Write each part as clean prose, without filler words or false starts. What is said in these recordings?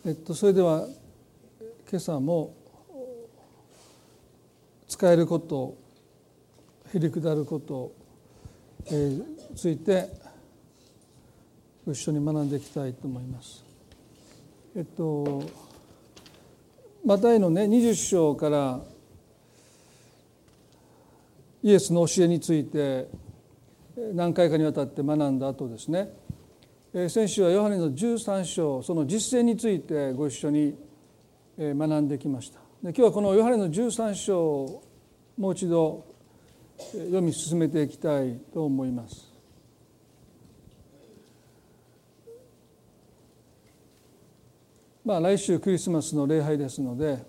それでは今朝も使えること、へりくだることについて一緒に学んでいきたいと思います。マタイのね20章からイエスの教えについて何回かにわたって学んだ後ですね、先週はヨハネの13章その実践についてご一緒に学んできました。で今日はこのヨハネの13章をもう一度読み進めていきたいと思います。来週クリスマスの礼拝ですので、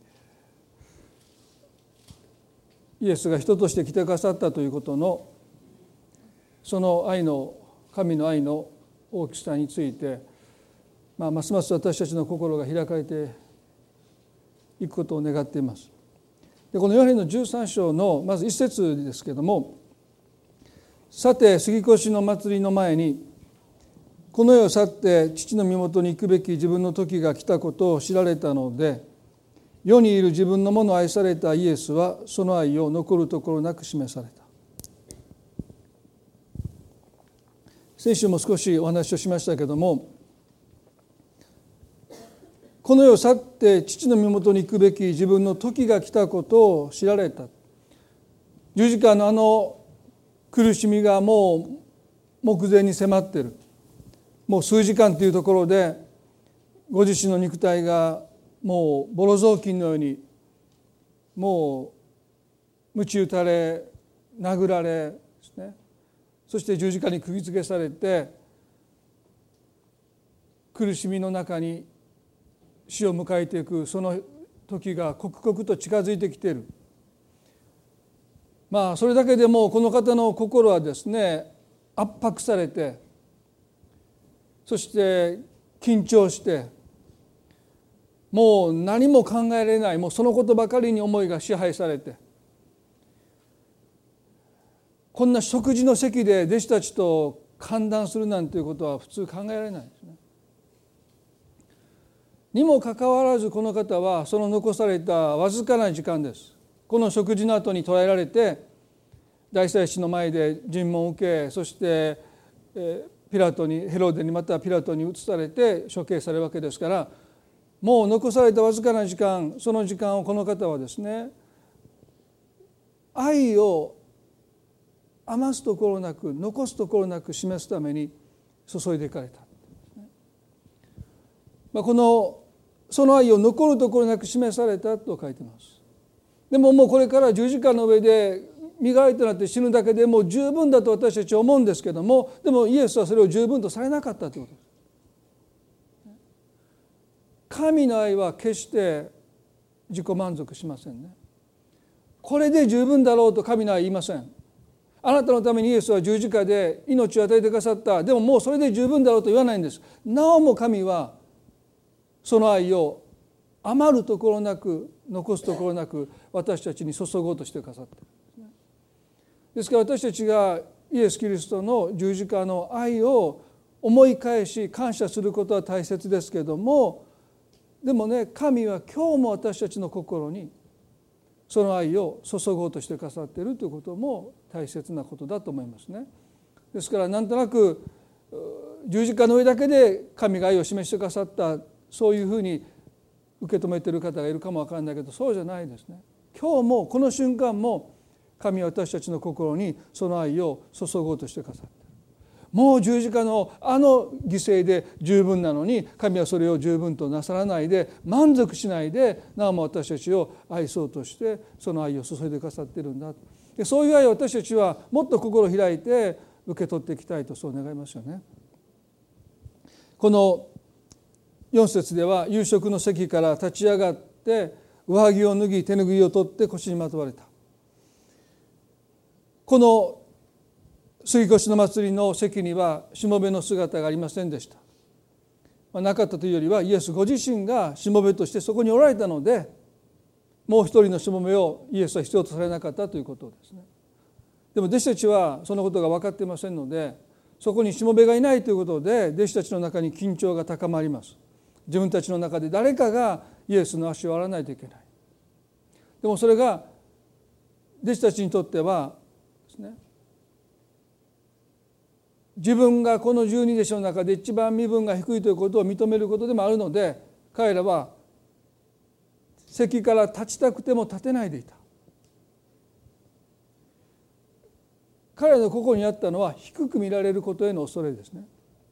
イエスが人として来てくださったということのその愛の神の愛の大きさについて、ますます私たちの心が開かれていくことを願っています。でこのヨハネの13章のまず一節ですけれども、さて杉越の祭りの前にこの世を去って父の身元に行くべき自分の時が来たことを知られたので、世にいる自分のもの愛されたイエスはその愛を残るところなく示された。先週も少しお話をしましたけれども、この世を去って父の身元に行くべき自分の時が来たことを知られた。十字架のあの苦しみがもう目前に迫っている。もう数時間というところでご自身の肉体がもうボロ雑巾のようにもう鞭打たれ殴られですね、そして十字架に釘付けされて苦しみの中に死を迎えていくその時が刻々と近づいてきている。それだけでもこの方の心はですね圧迫されて、そして緊張してもう何も考えられない、もうそのことばかりに思いが支配されて、こんな食事の席で弟子たちと歓談するなんていうことは普通考えられないですね。にもかかわらずこの方はその残されたわずかな時間です。この食事の後に捕らえられて大祭司の前で尋問を受け、そしてヘロデにまたピラトに移されて処刑されるわけですから、もう残されたわずかな時間、その時間をこの方はですね愛を余すところなく残すところなく示すために注いでいかれた。その愛を残るところなく示されたと書いてます。でももうこれから十字架の上で身代わりとなって死ぬだけでもう十分だと私たちは思うんですけども、でもイエスはそれを十分とされなかったということです。神の愛は決して自己満足しませんね。これで十分だろうと神の愛は言いません。あなたのためにイエスは十字架で命を与えてくださった。でももうそれで十分だろうと言わないんです。なおも神はその愛を余るところなく残すところなく私たちに注ごうとしてくださっている。ですから私たちがイエス・キリストの十字架の愛を思い返し感謝することは大切ですけれども、でもね、神は今日も私たちの心にその愛を注ごうとしてくださっているということも大切なことだと思いますね。ですからなんとなく十字架の上だけで神が愛を示してくださった、そういうふうに受け止めている方がいるかもわからないけど、そうじゃないですね。今日もこの瞬間も神は私たちの心にその愛を注ごうとしてくださっている。もう十字架のあの犠牲で十分なのに神はそれを十分となさらないで、満足しないでなおも私たちを愛そうとしてその愛を注いでくださっているんだ。でそういう愛を私たちはもっと心を開いて受け取っていきたいとそう願いますよね。この4節では夕食の席から立ち上がって上着を脱ぎ手ぬぐいを取って腰にまとわれた。この杉越の祭りの席にはしもべの姿がありませんでした。なかったというよりはイエスご自身がしもべとしてそこにおられたので、もう一人のしもべをイエスは必要とされなかったということですね。でも弟子たちはそのことが分かっていませんので、そこにしもべがいないということで弟子たちの中に緊張が高まります。 自分たちの中で誰かがイエスの足を洗わないといけない。でもそれが弟子たちにとってはですね、自分がこの12弟子の中で一番身分が低いということを認めることでもあるので、彼らは席から立ちたくても立てないでいた。彼らの心にあったのは低く見られることへの恐れですね。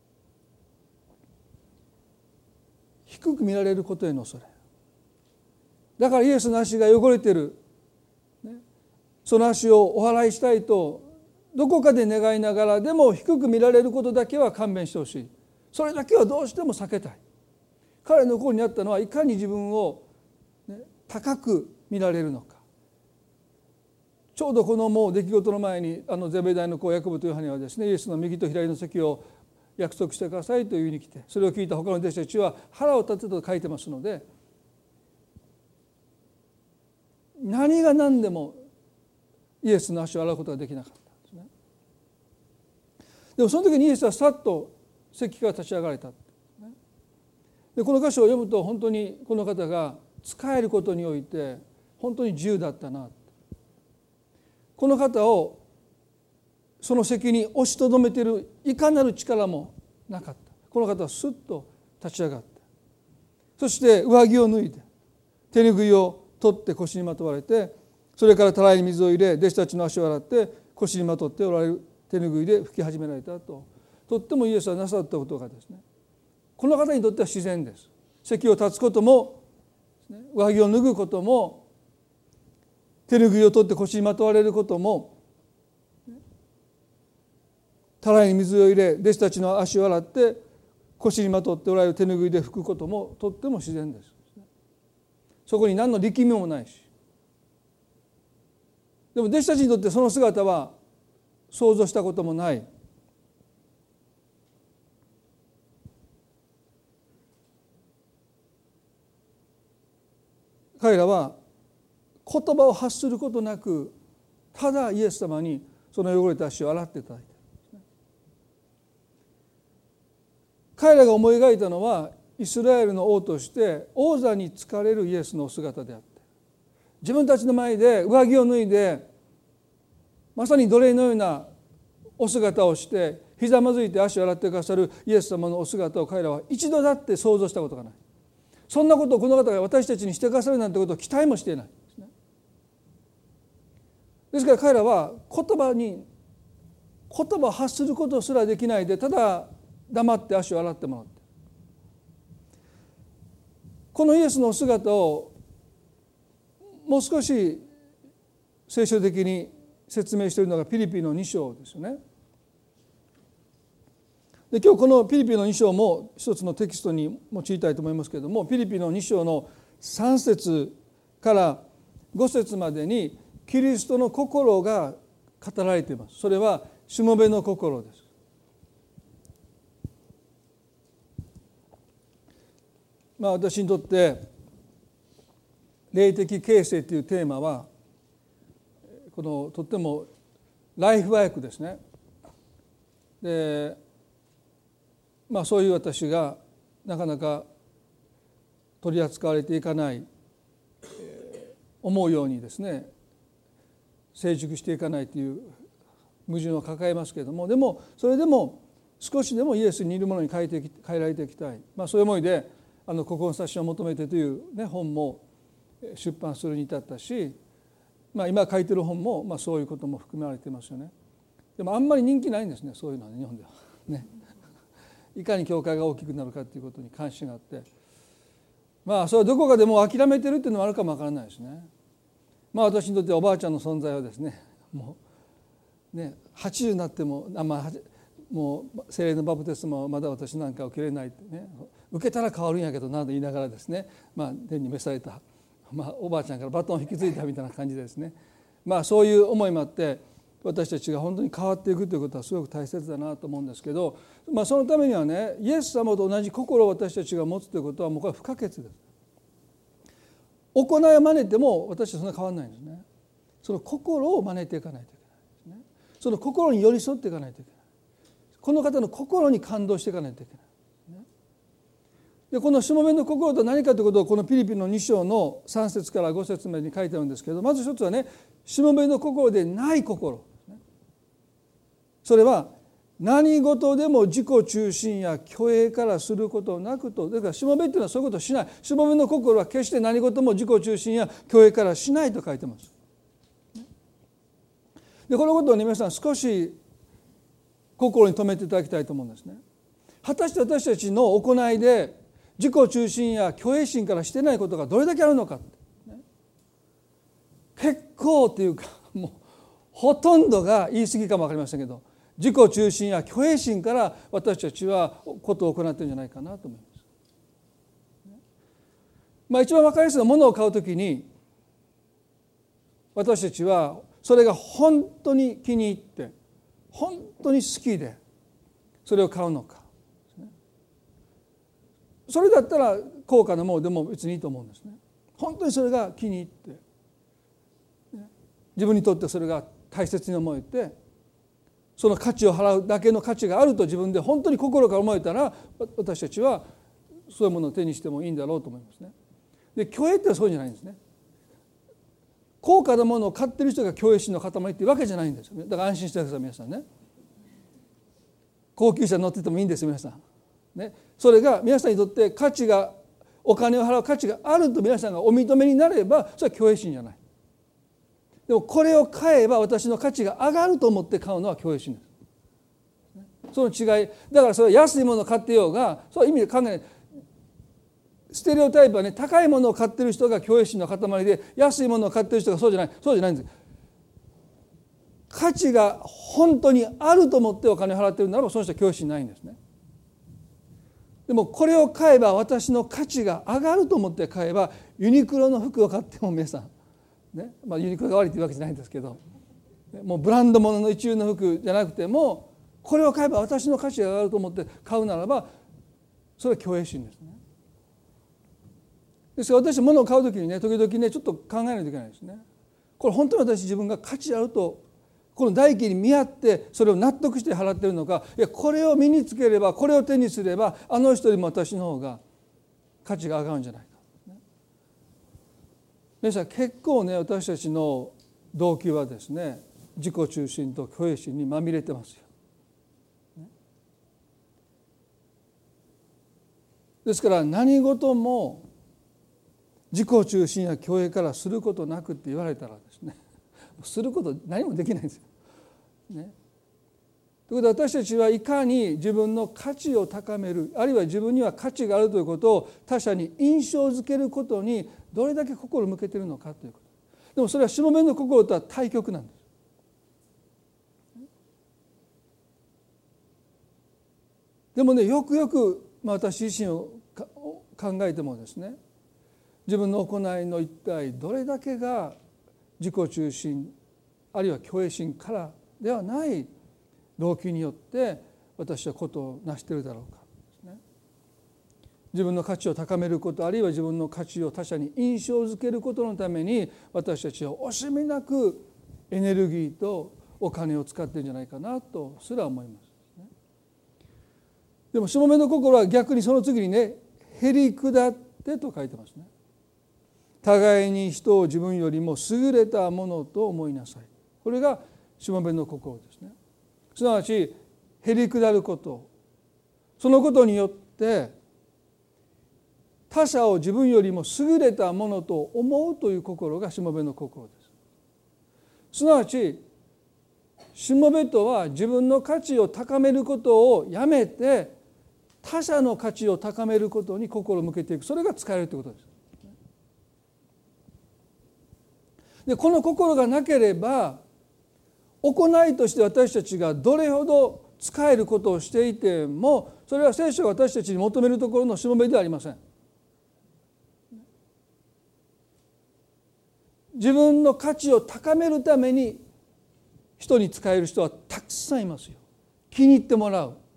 低く見られることへの恐れ。だからイエスの足が汚れている、その足をお祓いしたいとどこかで願いながら、でも低く見られることだけは勘弁してほしい。それだけはどうしても避けたい。彼の心にあったのは、いかに自分を、高く見られるのか。ちょうどこのもう出来事の前にゼベダイの子ヤコブとヨハネはですね、イエスの右と左の席を約束してくださいというに来て、それを聞いた他の弟子たちは腹を立てたと書いてますので、何が何でもイエスの足を洗うことができなかったんですね。でもその時にイエスはさっと席から立ち上がれた。でこの箇所を読むと、本当にこの方が仕えることにおいて本当に自由だったな。この方をその席に押しとどめているいかなる力もなかった。この方はスッと立ち上がって、そして上着を脱いで手拭いを取って腰にまとわれて、それからたらいに水を入れ弟子たちの足を洗って腰にまとっておられる手拭いで拭き始められたと、とってもイエスはなさったことがですね、この方にとっては自然です。席を立つことも上着を脱ぐことも手拭いを取って腰にまとわれることも、たらいに水を入れ弟子たちの足を洗って腰にまとっておられる手拭いで拭くこともとっても自然です。そこに何の力みもないし、でも弟子たちにとってその姿は想像したこともない。彼らは言葉を発することなく、ただイエス様にその汚れた足を洗っていただいている。彼らが思い描いたのは、イスラエルの王として王座に就かれるイエスのお姿であって、自分たちの前で上着を脱いでまさに奴隷のようなお姿をしてひざまずいて足を洗ってくださるイエス様のお姿を彼らは一度だって想像したことがない。そんなことをこの方が私たちにしてくださるなんてことを期待もしていないですね。ですから彼らは言葉を発することすらできないで、ただ黙って足を洗ってもらって、このイエスの姿をもう少し聖書的に説明しているのがピリピの2章ですよね。で今日このピリピの2章も一つのテキストに用いたいと思いますけれども、ピリピの2章の3節から5節までにキリストの心が語られています。それはしもべの心です。私にとって霊的形成というテーマはこのとってもライフワークですね。でそういう私がなかなか取り扱われていかない思うようにですね成熟していかないという矛盾を抱えますけれども、でもそれでも少しでもイエスに似るものに変えられていきたい、そういう思いで志を求めてという、本も出版するに至ったし、今書いてる本も、そういうことも含まれていますよね。でもあんまり人気ないんですね、そういうのは、日本ではね。いかに教会が大きくなるかということに関心があって、それはどこかでもう諦めてるっていうのもあるかもわからないですね。私にとっておばあちゃんの存在はですね、もうね80になってももう聖霊のバプテスマはまだ私なんか受けれないってね、受けたら変わるんやけどなと言いながらですね、天に召された、おばあちゃんからバトンを引き継いだみたいな感じでですね、そういう思いもあって私たちが本当に変わっていくということはすごく大切だなと思うんですけど、そのためにはね、イエス様と同じ心を私たちが持つということはもうこれは不可欠です。行いを真似ても私はそんな変わらないんですね。その心を真似ていかないといけないですね。その心に寄り添っていかないといけない。この方の心に感動していかないといけない。 でこのしもべの心とは何かということをこのピリピの2章の3節から5節までに書いてあるんですけど、まず一つはね、しもべの心でない心。それは何事でも自己中心や虚栄からすることなくと。だからしもべっていうのはそういうことをしない。しもべの心は決して何事も自己中心や虚栄からしないと書いてます。でこのことをね、皆さん少し心に留めていただきたいと思うんですね。果たして私たちの行いで自己中心や虚栄心からしてないことがどれだけあるのか、結構っていうかもうほとんどが言い過ぎかも分かりませんけど、自己中心や虚栄心から私たちはことを行っているんじゃないかなと思います。一番分かりやすいのは物を買うときに私たちはそれが本当に気に入って本当に好きでそれを買うのか、それだったら高価なものでも別にいいと思うんですね。本当にそれが気に入って自分にとってそれが大切に思えて、その価値を払うだけの価値があると自分で本当に心から思えたら、私たちはそういうものを手にしてもいいんだろうと思いますね。で虚栄ってそうじゃないんですね。高価なものを買ってる人が虚栄心の塊っていうわけじゃないんですよね。だから安心してください皆さんね。高級車乗っててもいいんですよ皆さんね。それが皆さんにとって価値が、お金を払う価値があると皆さんがお認めになれば、それは虚栄心じゃない。でもこれを買えば私の価値が上がると思って買うのは虚栄心です。その違いだから、それは安いものを買ってようがそういう意味で考えない。ステレオタイプはね、高いものを買ってる人が虚栄心の塊で、安いものを買ってる人がそうじゃないんです。価値が本当にあると思ってお金を払ってるならその人は虚栄心ないんですね。でもこれを買えば私の価値が上がると思って買えば、ユニクロの服を買っても皆さんね、ユニクロが悪いというわけじゃないんですけど、もうブランド物の一流の服じゃなくても、これを買えば私の価値が上がると思って買うならば、それは虚栄心ですね。ですから私物を買うときにね、時々ねちょっと考えないといけないですね。これ本当に私自分が価値あるとこの代金に見合ってそれを納得して払っているのか、いやこれを身につければ、これを手にすればあの人よりも私の方が価値が上がるんじゃないか。皆さん結構ね、私たちの動機はですね、自己中心と虚栄心にまみれてますよ。ですから何事も自己中心や虚栄からすることなくって言われたらですね、すること何もできないんですよ。ね。ということで私たちはいかに自分の価値を高める、あるいは自分には価値があるということを他者に印象づけることにどれだけ心を向けているのかということ。でもそれはしもべの心とは対極なんです。でもね、よくよく私自身を考えてもですね、自分の行いの一体どれだけが自己中心あるいは虚栄心からではない動機によって私はことを成しているだろうかですね。自分の価値を高めること、あるいは自分の価値を他者に印象づけることのために私たちは惜しみなくエネルギーとお金を使っているんじゃないかなとすら思います。でもしもべの心は逆にその次にね、へり下ってと書いてますね。互いに人を自分よりも優れたものと思いなさい。これがしもべの心ですね。すなわちへり下ること、そのことによって他者を自分よりも優れたものと思うという心がしもべの心です。すなわちしもべとは自分の価値を高めることをやめて他者の価値を高めることに心を向けていく、それが使えるということです。でこの心がなければ、行いとして私たちがどれほど使えることをしていても、それは聖書が私たちに求めるところのしもべではありません。自分の価値を高めるために人に使える人はたくさんいますよ。気に入ってもらう、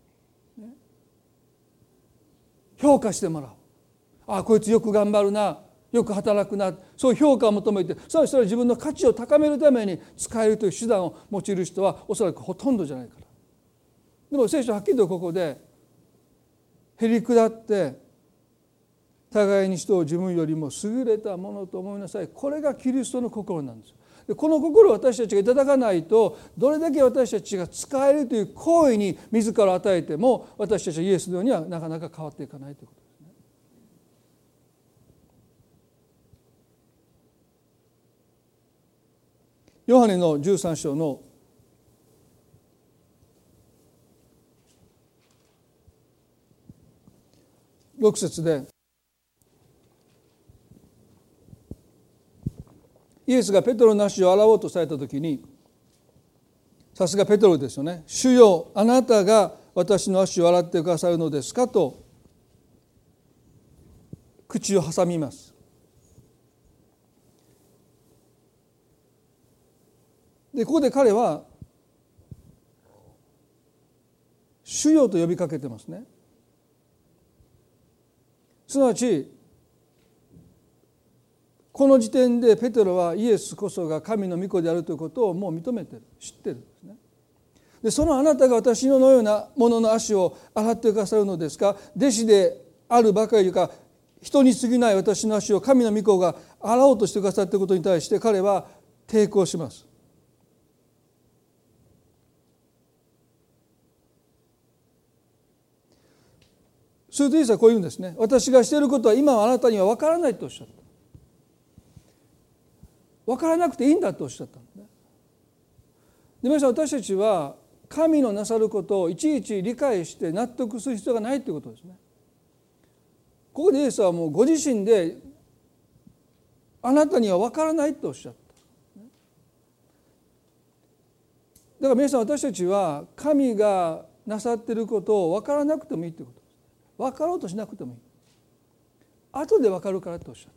評価してもらう、あこいつよく頑張るな、よく働くな、そういう評価を求めて、そしたら自分の価値を高めるために使えるという手段を用いる人はおそらくほとんどじゃないかな。でも聖書はっきりとここでへり下って互いに人を自分よりも優れたものと思いなさい。これがキリストの心なんです。でこの心を私たちがいただかないと、どれだけ私たちが使えるという行為に自らを与えても、私たちはイエスのようにはなかなか変わっていかないということですね。ヨハネの13章の6節で、イエスがペトロの足を洗おうとされたときに、さすがペトロですよね。主よ、あなたが私の足を洗ってくださるのですかと口を挟みます。でここで彼は主よと呼びかけてますね。すなわちこの時点でペテロはイエスこそが神の御子であるということをもう認めている、知っているんですね。でそのあなたが私のような者の足を洗ってくださるのですか。弟子であるばかりか人に過ぎない私の足を神の御子が洗おうとしてくださっていることに対して彼は抵抗します。するとイエスはこう言うんですね。私がしていることは今はあなたには分からないとおっしゃった。分からなくていいんだとおっしゃったんですね。で皆さん、私たちは神のなさることをいちいち理解して納得する必要がないということですね。ここでイエスはもうご自身であなたには分からないとおっしゃった。だから皆さん、私たちは神がなさっていることを分からなくてもいいということです。分かろうとしなくてもいい。後で分かるからとおっしゃった。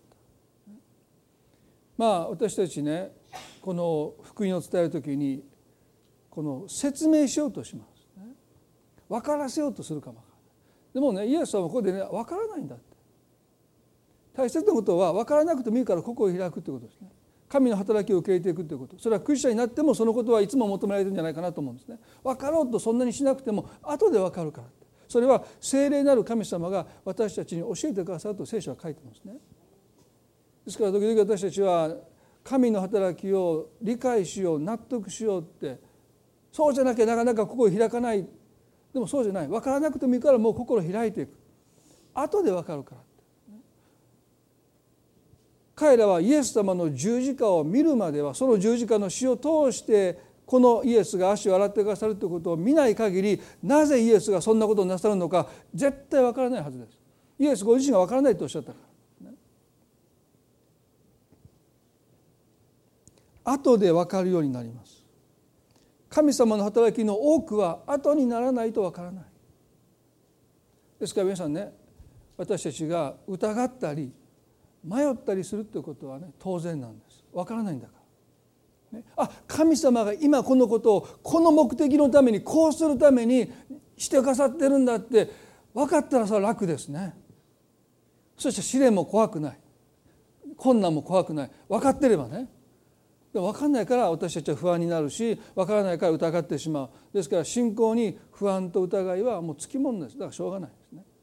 私たちね、この福音を伝えるときにこの説明しようとします、ね、分からせようとするかもわからない。でもね、イエスはここでね、分からないんだって。大切なことは分からなくてもいいから心を開くということですね。神の働きを受け入れていくということ。それはクリスチャンになってもそのことはいつも求められているんじゃないかなと思うんですね。分かろうとそんなにしなくても後で分かるから。それは聖霊なる神様が私たちに教えてくださると聖書は書いてますね。ですから時々私たちは神の働きを理解しよう、納得しようって、そうじゃなきゃなかなか心を開かない。でもそうじゃない。分からなくてもいいからもう心を開いていく。後で分かるから。彼らはイエス様の十字架を見るまでは、その十字架の死を通してこのイエスが足を洗ってくださるということを見ない限り、なぜイエスがそんなことをなさるのか絶対分からないはずです。イエスご自身が分からないとおっしゃったから、ね、後で分かるようになります。神様の働きの多くは後にならないと分からない。ですから皆さんね、私たちが疑ったり迷ったりするということはね、当然なんです。分からないんだから。神様が今このことをこの目的のためにこうするためにしてくださってるんだって分かったらそれは楽ですね。そして試練も怖くない、困難も怖くない、分かってればね。でも分かんないから私たちは不安になるし、分からないから疑ってしまう。ですから信仰に不安と疑いはもうつきものです。だからしょうがないですね。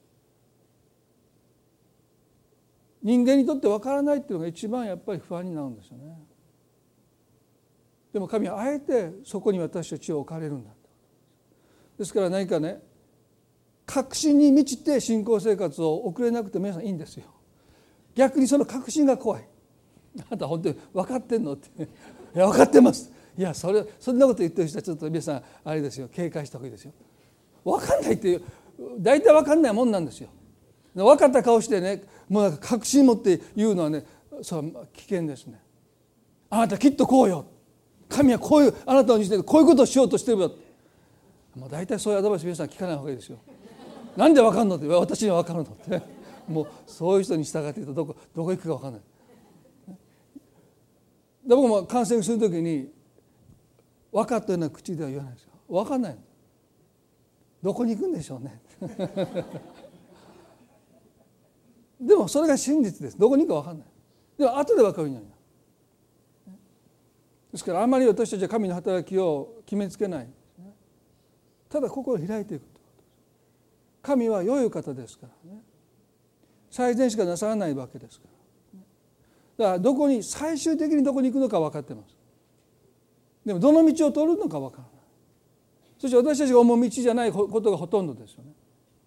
人間にとって分からないっていうのが一番やっぱり不安になるんですよね。でも神はあえてそこに私たちを置かれるんだ。ですから何かね、確信に満ちて信仰生活を送れなくて皆さんいいんですよ。逆にその確信が怖い。あなた本当に分かってんのっていや分かってます。いやそんなこと言ってる人はちょっと皆さんあれですよ、警戒した方がいいですよ。分かんないって大体分かんないもんなんですよ。分かった顔してね、もうなんか確信持って言うのはね、そう危険ですね。あなたきっとこうよ、神はこういうあなたにしてこういうことをしようとしてるよ。もう大体そういうアドバイス皆さん聞かない方がいいですよ。なんで分かんのって、私には分かるのってもうそういう人に従っているとどこ行くか分かんない。で僕もカウンセリングするときに分かったような口では言わないですよ。分かんない。どこに行くんでしょうねでもそれが真実です。どこに行くか分かんない。でも後で分かるようになる。ですからあまり私たちは神の働きを決めつけない。ただ心を開いていくということです。神は良い方ですからね。 最善しかなさらないわけですから。だから最終的にどこに行くのか分かってます。でもどの道を通るのか分からない。そして私たちが思う道じゃないことがほとんどですよね。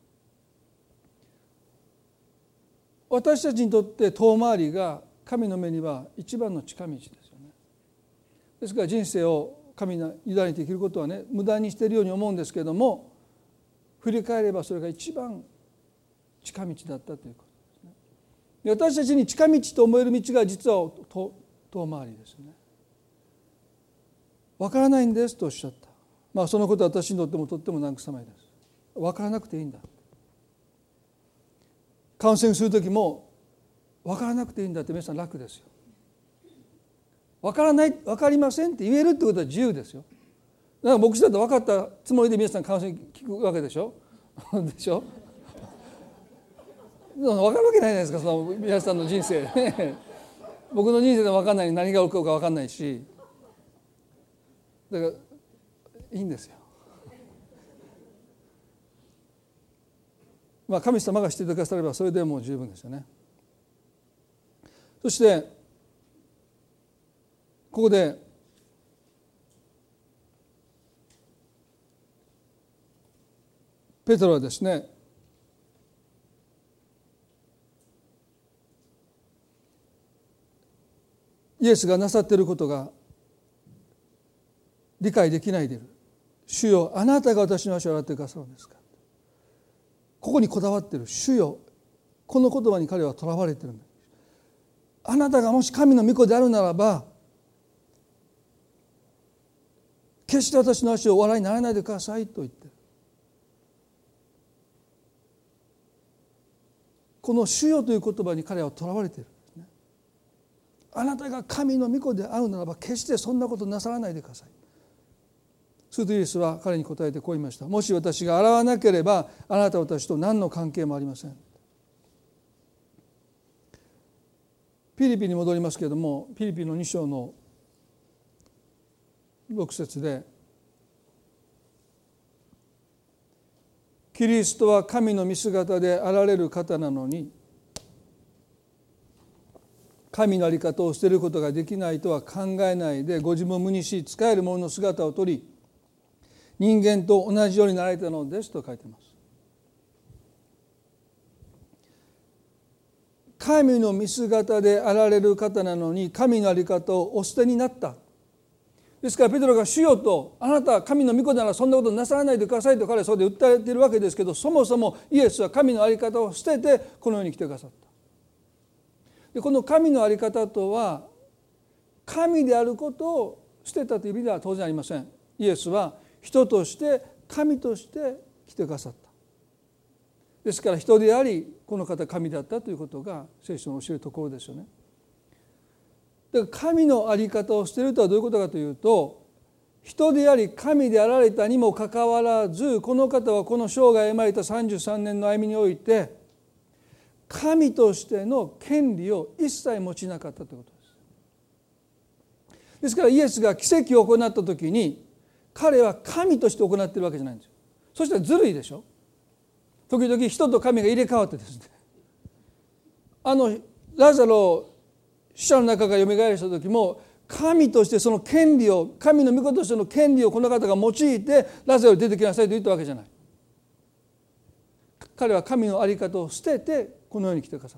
私たちにとって遠回りが神の目には一番の近道ですよね。ですから人生を神に委ねて生きることはね、無駄にしているように思うんですけれども、振り返ればそれが一番近道だったということですね。で、私たちに近道と思える道が実は遠回りですよね。分からないんですとおっしゃった。そのことは私にとってもとっても慰めです。分からなくていいんだ。カウンセリングする時も分からなくていいんだって皆さん楽ですよ。分からない、分かりませんって言えるってことは自由ですよ。だから牧師だと分かったつもりで皆さんカウンセリング聞くわけでしょでしょ。分かるわけないじゃないですか、その皆さんの人生ね。僕の人生で分かんない何が起こるか分かんないし、だからいいんですよ。神様がしてくださればそれでもう十分ですよね。そしてここでペテロはですね、イエスがなさっていることが理解できないでいる。主よ、あなたが私の足を洗ってくださるんですか。ここにこだわっている。主よ、この言葉に彼はとらわれているんだ。あなたがもし神の御子であるならば、決して私の足をお洗いにならないでくださいと言ってる。この主よという言葉に彼はとらわれているんですね。あなたが神の御子であるならば決してそんなことなさらないでください。するとイエスは彼に答えてこう言いました。もし私が洗わなければあなた私と何の関係もありません。ピリピに戻りますけれども、ピリピの2章の6節で、キリストは神の御姿であられる方なのに、神の在り方を捨てることができないとは考えないで、ご自分を無にし仕える者の姿をとり、人間と同じようになられたのですと書いています。神の御姿であられる方なのに神の在り方をお捨てになった。ですからペテロが主よと、あなたは神の御子ならそんなことなさらないでくださいと彼はそれで訴えているわけですけど、そもそもイエスは神の在り方を捨ててこの世に来てくださった。でこの神の在り方とは、神であることを捨てたという意味では当然ありません。イエスは人として神として来てくださった。ですから人でありこの方神だったということが聖書の教えるところですよね。だから神の在り方を捨てるとはどういうことかというと、人であり神であられたにもかかわらず、この方はこの生涯歩まれた33年の歩みにおいて神としての権利を一切持ちなかったということです。ですからイエスが奇跡を行った時に彼は神として行っているわけじゃないんですよ。そしたらずるいでしょ。時々人と神が入れ替わってですね、ラザロを死者の中からよみがえらした時も、神としてその権利を、神の御子としての権利をこの方が用いてラザロに出てきなさいと言ったわけじゃない。彼は神の在り方を捨ててこの世に来てくださった。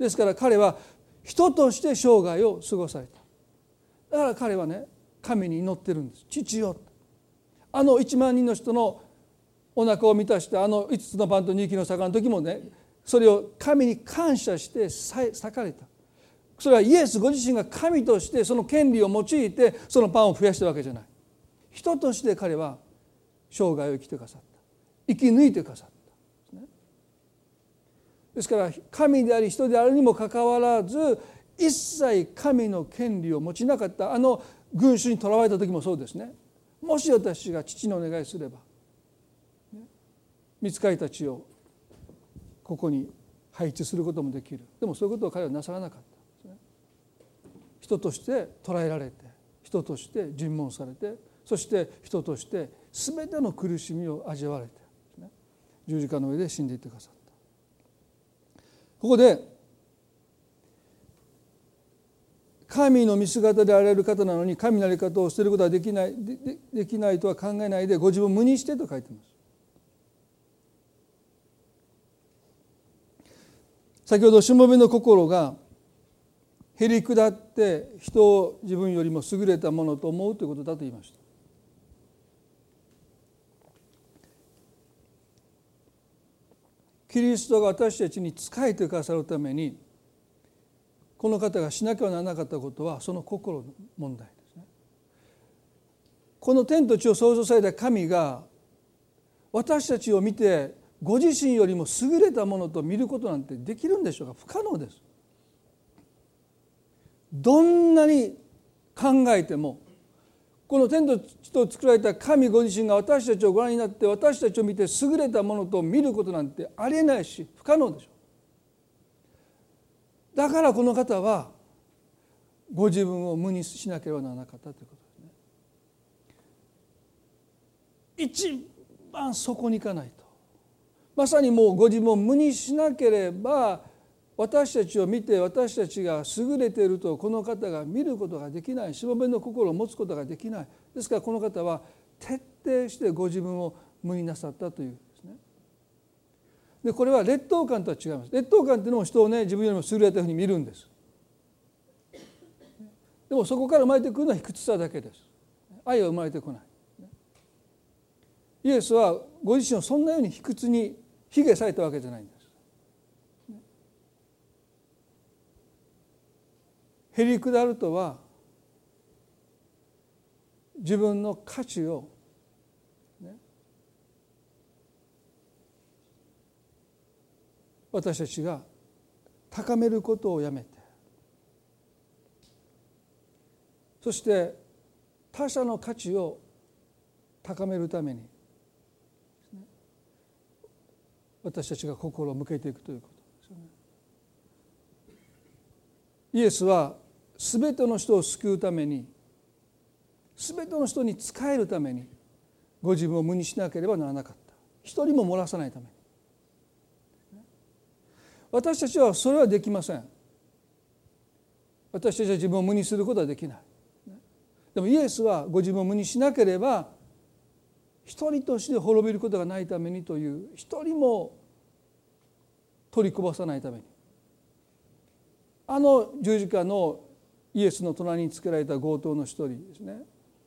ですから彼は人として生涯を過ごされた。だから彼はね、神に祈ってるんです。父よ、1万人の人のお腹を満たした5つのパンと2匹の魚の時もね、それを神に感謝して裂かれた。それはイエスご自身が神としてその権利を用いてそのパンを増やしたわけじゃない。人として彼は生涯を生きてくださった。生き抜いてくださった。ですから神であり人であるにもかかわらず、一切神の権利を持ちなかった。群衆に囚われた時もそうですね。もし私が父にお願いすれば、御使いたちをここに配置することもできる。でもそういうことを彼はなさらなかった。人として捕らえられて、人として尋問されて、そして人として全ての苦しみを味わわれて、十字架の上で死んでいってくださった。 ここで神の見姿であられる方なのに神の在り方を捨てることはできないとは考えないでご自分を無にしてと書いています。先ほどしもべの心がへりくだって人を自分よりも優れたものと思うということだと言いました。キリストが私たちに仕えてくださるためにこの方がしなければならなかったことはその心の問題ですね。この天と地を創造された神が私たちを見てご自身よりも優れたものと見ることなんてできるんでしょうか。不可能です。どんなに考えてもこの天と地と作られた神ご自身が私たちをご覧になって私たちを見て優れたものと見ることなんてありえないし不可能でしょう。だからこの方はご自分を無にしなければならなかったということですね。一番そこに行かないと、まさにもうご自分を無にしなければ私たちを見て私たちが優れているとこの方が見ることができない、しもべの心を持つことができない。ですからこの方は徹底してご自分を無になさったというですね。でこれは劣等感とは違います。劣等感というのも人をね自分よりも優れたふうに見るんです。でもそこから生まれてくるのは卑屈さだけです。愛は生まれてこない。イエスはご自身をそんなように卑屈に卑下されたわけじゃないんです。へりくだるとは自分の価値を、ね、私たちが高めることをやめて、そして他者の価値を高めるために私たちが心を向けていくということですよね。イエスはすべての人を救うために、すべての人に仕えるためにご自分を無にしなければならなかった。一人も漏らさないために。私たちはそれはできません。私たちは自分を無にすることはできない。でもイエスはご自分を無にしなければ一人として滅びることがないためにという、一人も取りこぼさないために、あの十字架のイエスの隣につけられた強盗の一人ですね、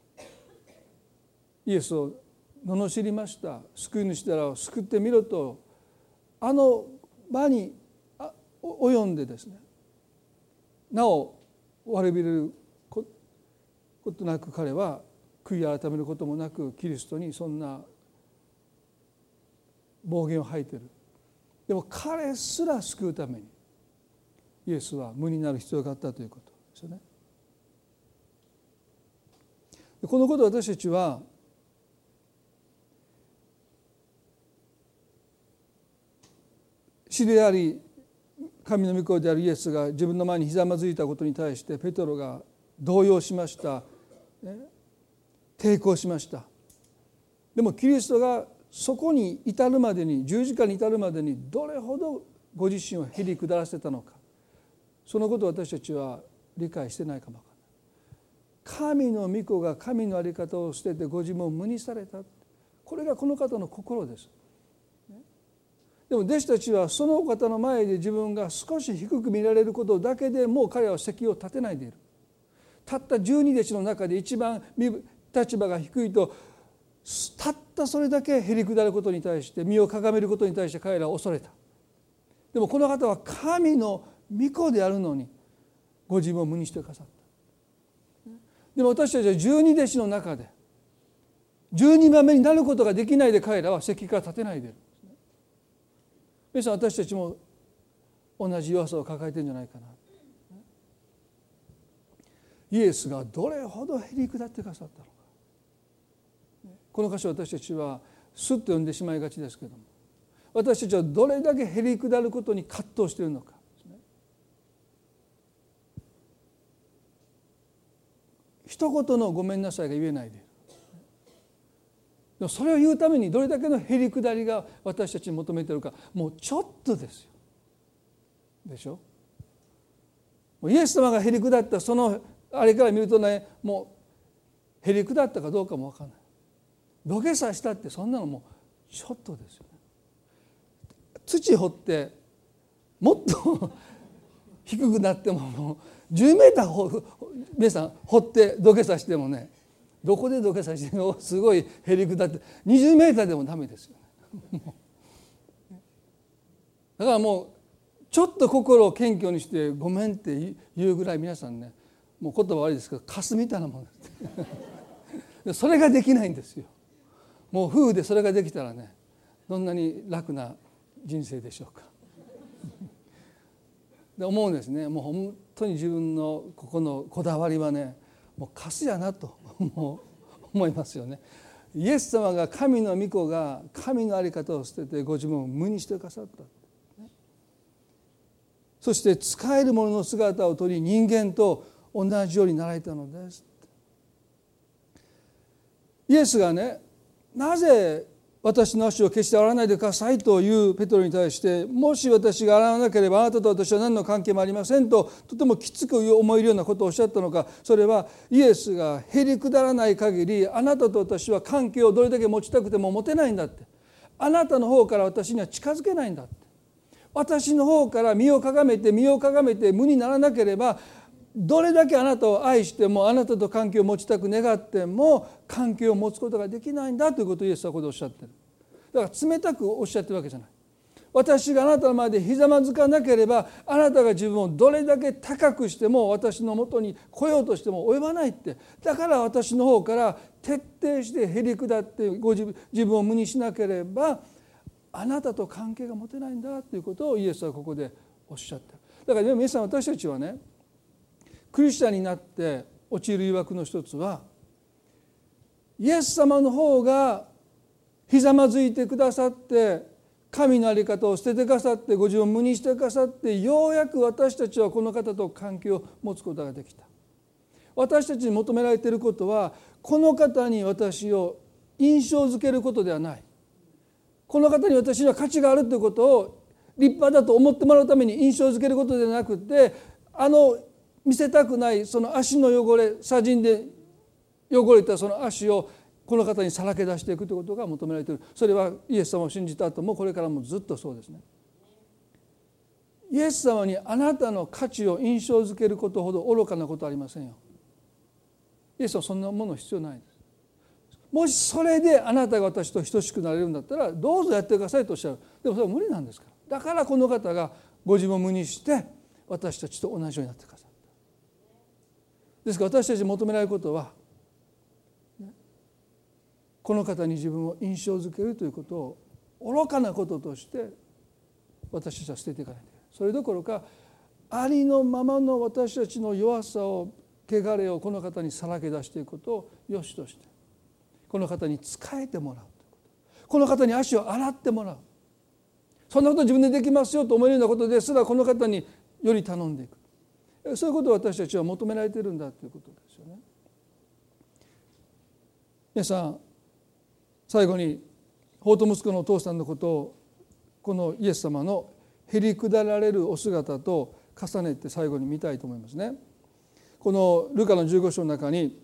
イエスを罵りました。救い主なら救ってみろとあの場に及んでですね、なお悪びれることなく彼は悔い改めることもなくキリストにそんな暴言を吐いている。でも彼すら救うためにイエスは無になる必要があったということですよね。このことを私たちは死であり神の御子であるイエスが自分の前にひざまずいたことに対してペテロが動揺しました、抵抗しました。でもキリストがそこに至るまでに、十字架に至るまでにどれほどご自身をへり下らせたのか、そのことを私たちは理解してないかもわからない。神の御子が神の在り方を捨ててご自分を無にされた、これがこの方の心です。でも弟子たちはそのお方の前で自分が少し低く見られることだけでもう彼らは席を立てないでいる。たった12弟子の中で一番立場が低いと、たったそれだけへりくだることに対して身をかがめることに対して彼らは恐れた。でもこの方は神の御子であるのにご自分を無にしてくださった。でも私たちは12弟子の中で12番目になることができないで彼らは席から立てないでいる。皆さん、私たちも同じ弱さを抱えているんじゃないかな。イエスがどれほどへり下ってくださったのか。この箇所を私たちはスッと読んでしまいがちですけれども、私たちはどれだけへり下ることに葛藤しているのかですね。一言のごめんなさいが言えないでいる。でもそれを言うためにどれだけのへりくだりが私たちに求めているか、もうちょっとですよ。 でしょ。イエス様がへり下ったそのあれから見るとね、もうへり下ったかどうかも分からない。土下座したってそんなのもうちょっとですよね。土掘ってもっと低くなっても10メーター皆さん掘って土下座してもね、どこで土下座してもすごいへり下って20メーターでもダメですよね。だからもうちょっと心を謙虚にしてごめんって言うぐらい皆さんね、もう言葉悪いですけどカスみたいなものですそれができないんですよ。もう夫婦でそれができたらね、どんなに楽な人生でしょうか。で思うんですね。もう本当に自分のここのこだわりはね、もうカスやなと思いますよね。イエス様が神の御子が神の在り方を捨ててご自分を無にしてくださった。そして使える者の姿を取り人間と同じようになられたのです。イエスがね、なぜ私の足を決して洗わないでくださいというペトロに対して、もし私が洗わなければあなたと私は何の関係もありませんととてもきつく思えるようなことをおっしゃったのか。それはイエスがへりくだらない限りあなたと私は関係をどれだけ持ちたくても持てないんだって、あなたの方から私には近づけないんだって、私の方から身をかがめて無にならなければ、どれだけあなたを愛してもあなたと関係を持ちたく願っても関係を持つことができないんだということをイエスはここでおっしゃってる。だから冷たくおっしゃってるわけじゃない。私があなたの前でひざまずかなければ、あなたが自分をどれだけ高くしても私のもとに来ようとしても及ばないって。だから私の方から徹底してへり下って自分を無にしなければあなたと関係が持てないんだということをイエスはここでおっしゃってる。だから皆さん、私たちはね、クリスチャンになって陥る誘惑の一つは、イエス様の方がひざまずいてくださって神の在り方を捨ててくださってご自分を無にしてくださって、ようやく私たちはこの方と関係を持つことができた。私たちに求められていることは、この方に私を印象づけることではない。この方に私には価値があるということを立派だと思ってもらうために印象づけることではなくて、見せたくないその足の汚れ、砂塵で汚れたその足をこの方にさらけ出していくということが求められている。それはイエス様を信じた後もこれからもずっとそうですね。イエス様にあなたの価値を印象づけることほど愚かなことはありませんよ。イエスはそんなもの必要ないです。もしそれであなたが私と等しくなれるんだったらどうぞやってくださいとおっしゃる。でもそれは無理なんですから。だからこの方がご自分を無にして私たちと同じようになってくださった。ですから私たちに求められることは、この方に自分を印象づけるということを愚かなこととして私たちは捨てていかないといけない。それどころかありのままの私たちの弱さを、汚れをこの方にさらけ出していくことを良しとして、この方に仕えてもらうということ、この方に足を洗ってもらう、そんなこと自分でできますよと思えるようなことですらこの方により頼んでいく、そういうことを私たちは求められているんだということですよね。皆さん、最後に法と息子のお父さんのことをこのイエス様のへり下られるお姿と重ねて最後に見たいと思いますね。このルカの15章の中に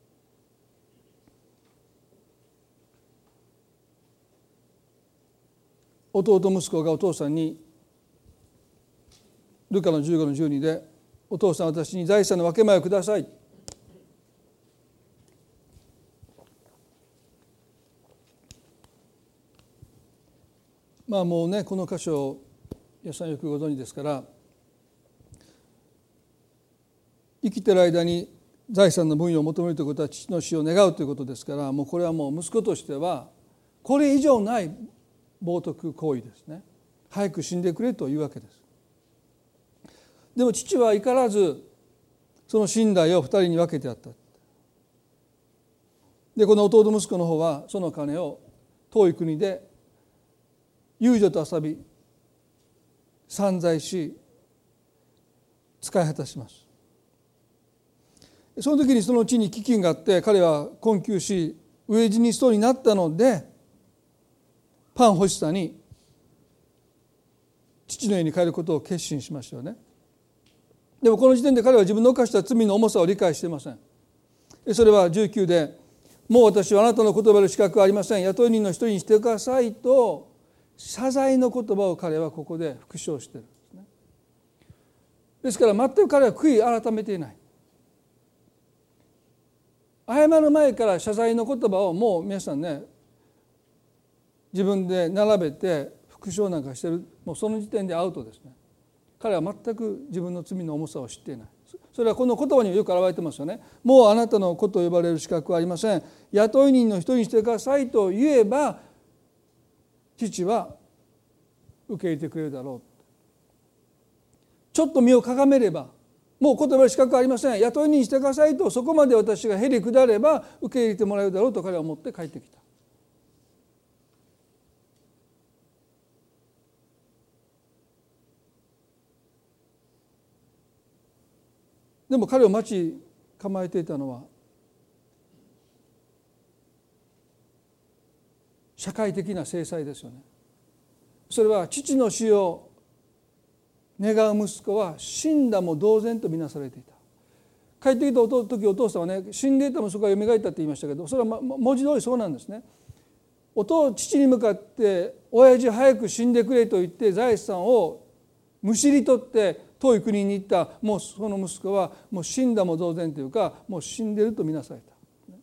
弟息子がお父さんに、ルカの15の12で、お父さん、私に財産の分け前をください。もうね、この箇所皆さんよくご存知ですから、生きてる間に財産の分与を求めるということは父の死を願うということですから、もうこれはもう息子としてはこれ以上ない冒涜行為ですね。早く死んでくれというわけです。でも父は怒らずその身代を2人に分けてやった。でこの弟息子の方はその金を遠い国で遊女と遊び散財し使い果たします。その時にその地に飢饉があって彼は困窮し飢え死にしそうになったので、パン欲しさに父の家に帰ることを決心しましたよね。でもこの時点で彼は自分の犯した罪の重さを理解していません。それは19で、もう私はあなたの言葉の資格はありません、雇い人の一人にしてくださいと謝罪の言葉を彼はここで復唱しているんですね。ですから全く彼は悔い改めていない。謝る前から謝罪の言葉をもう皆さんね、自分で並べて復唱なんかしてる、もうその時点でアウトですね。彼は全く自分の罪の重さを知っていない。それはこの言葉にもよく表れてますよね。もうあなたの子と呼ばれる資格はありません、雇い人の一人にしてくださいと言えば父は受け入れてくれるだろう。ちょっと身をかがめれば、もう言葉の資格はありません、雇い人にしてくださいとそこまで私がへり下れば受け入れてもらえるだろうと彼は思って帰ってきた。でも彼を待ち構えていたのは社会的な制裁ですよね。それは父の死を願う息子は死んだも同然とみなされていた。帰ってきた時お父さんはね、死んでいた息子がよみがえったって言いましたけど、それは文字通りそうなんですね。父に向かって親父早く死んでくれと言って財産をむしり取って遠い国に行った、もうその息子はもう死んだも同然というか、もう死んでるとみなされた。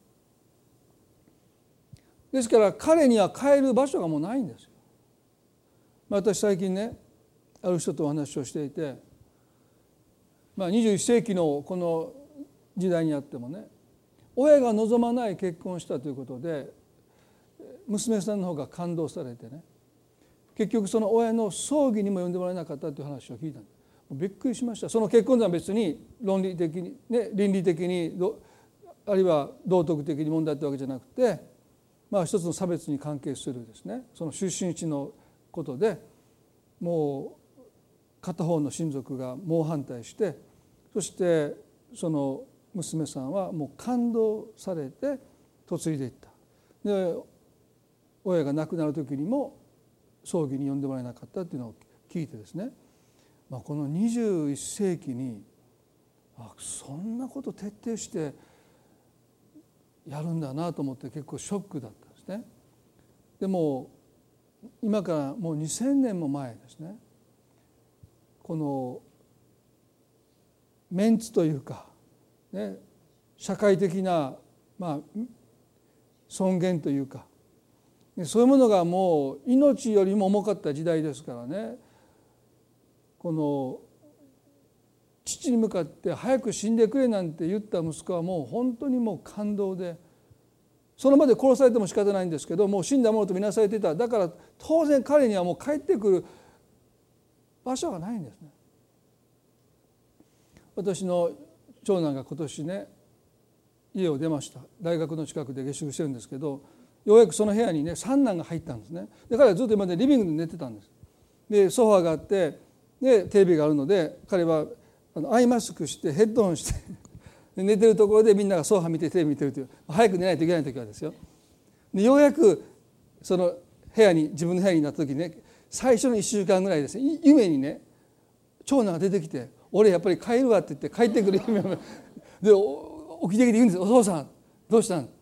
ですから彼には帰る場所がもうないんですよ。私最近ね、ある人とお話をしていて、21世紀のこの時代にあってもね、親が望まない結婚をしたということで娘さんの方が感動されてね、結局その親の葬儀にも呼んでもらえなかったという話を聞いたんです。びっくりしました。その結婚は別に論理的に、倫理的にあるいは道徳的に問題というわけじゃなくて、一つの差別に関係するですね、その出身地のことでもう片方の親族が猛反対して、そしてその娘さんはもう感動されて嫁いでいった。で親が亡くなる時にも葬儀に呼んでもらえなかったっていうのを聞いてですね、この21世紀にそんなこと徹底してやるんだなと思って結構ショックだったんですね。でも今からもう2000年も前ですね、このメンツというか、ね、社会的な尊厳というか、そういうものがもう命よりも重かった時代ですからね、この父に向かって早く死んでくれなんて言った息子はもう本当にもう感動で、その場で殺されても仕方ないんですけど、もう死んだものと見なされていた。だから当然彼にはもう帰ってくる場所がないんですね。私の長男が今年ね、家を出ました。大学の近くで下宿してるんですけど、ようやくその部屋にね三男が入ったんですね。で彼はずっと今までリビングで寝てたんです。でソファーがあってでテレビがあるので、彼はアイマスクしてヘッドホンして寝てるところでみんながソファー見てテレビ見てるという、早く寝ないといけない時はですよ。でようやくその部屋に、自分の部屋になった時ね、最初の1週間ぐらいですね、夢にね長男が出てきて、俺やっぱり帰るわって言って帰ってくる夢をで起きてきて言うんです。お父さんどうしたん、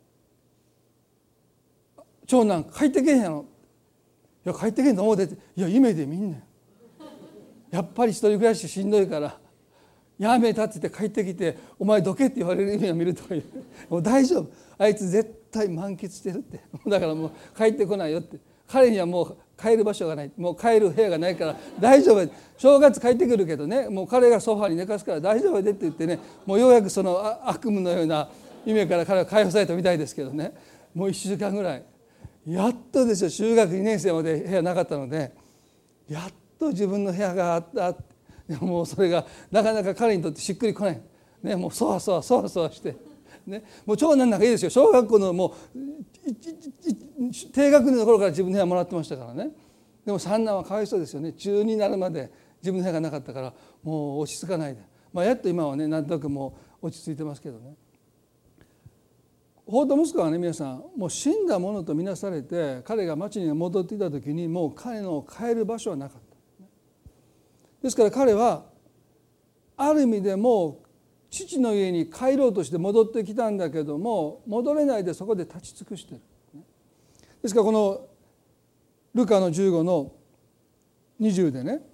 長男帰ってけへんやろ。いや帰ってけへんと思うてって、いや夢で見んねん、やっぱり一人暮らししんどいからやめたって言って帰ってきて、お前どけって言われる夢を見るとか言う、もう大丈夫、あいつ絶対満喫してるって、だからもう帰ってこないよって、彼にはもう帰る場所がない、もう帰る部屋がないから大丈夫、正月帰ってくるけどね、もう彼がソファーに寝かすから大丈夫でって言ってね、もうようやくその悪夢のような夢から彼は解放されたみたいですけどね、もう1週間ぐらいやっとですよ、中学2年生まで部屋なかったのでやっと自分の部屋があった。でももうそれがなかなか彼にとってしっくりこない、ね、もうそわそわして、ね、もう長男なんかいいですよ、小学校のもう低学年の頃から自分の部屋もらってましたからね。でも三男はかわいそうですよね。中になるまで自分の部屋がなかったからもう落ち着かないで、やっと今はねなんとなくもう落ち着いてますけどね。法と息子はね、皆さんもう死んだものとみなされて、彼が町に戻っていた時にもう彼の帰る場所はなかった。 ですから彼はある意味でもう父の家に帰ろうとして戻ってきたんだけども、戻れないでそこで立ち尽くしている。ですからこのルカの15の20でね、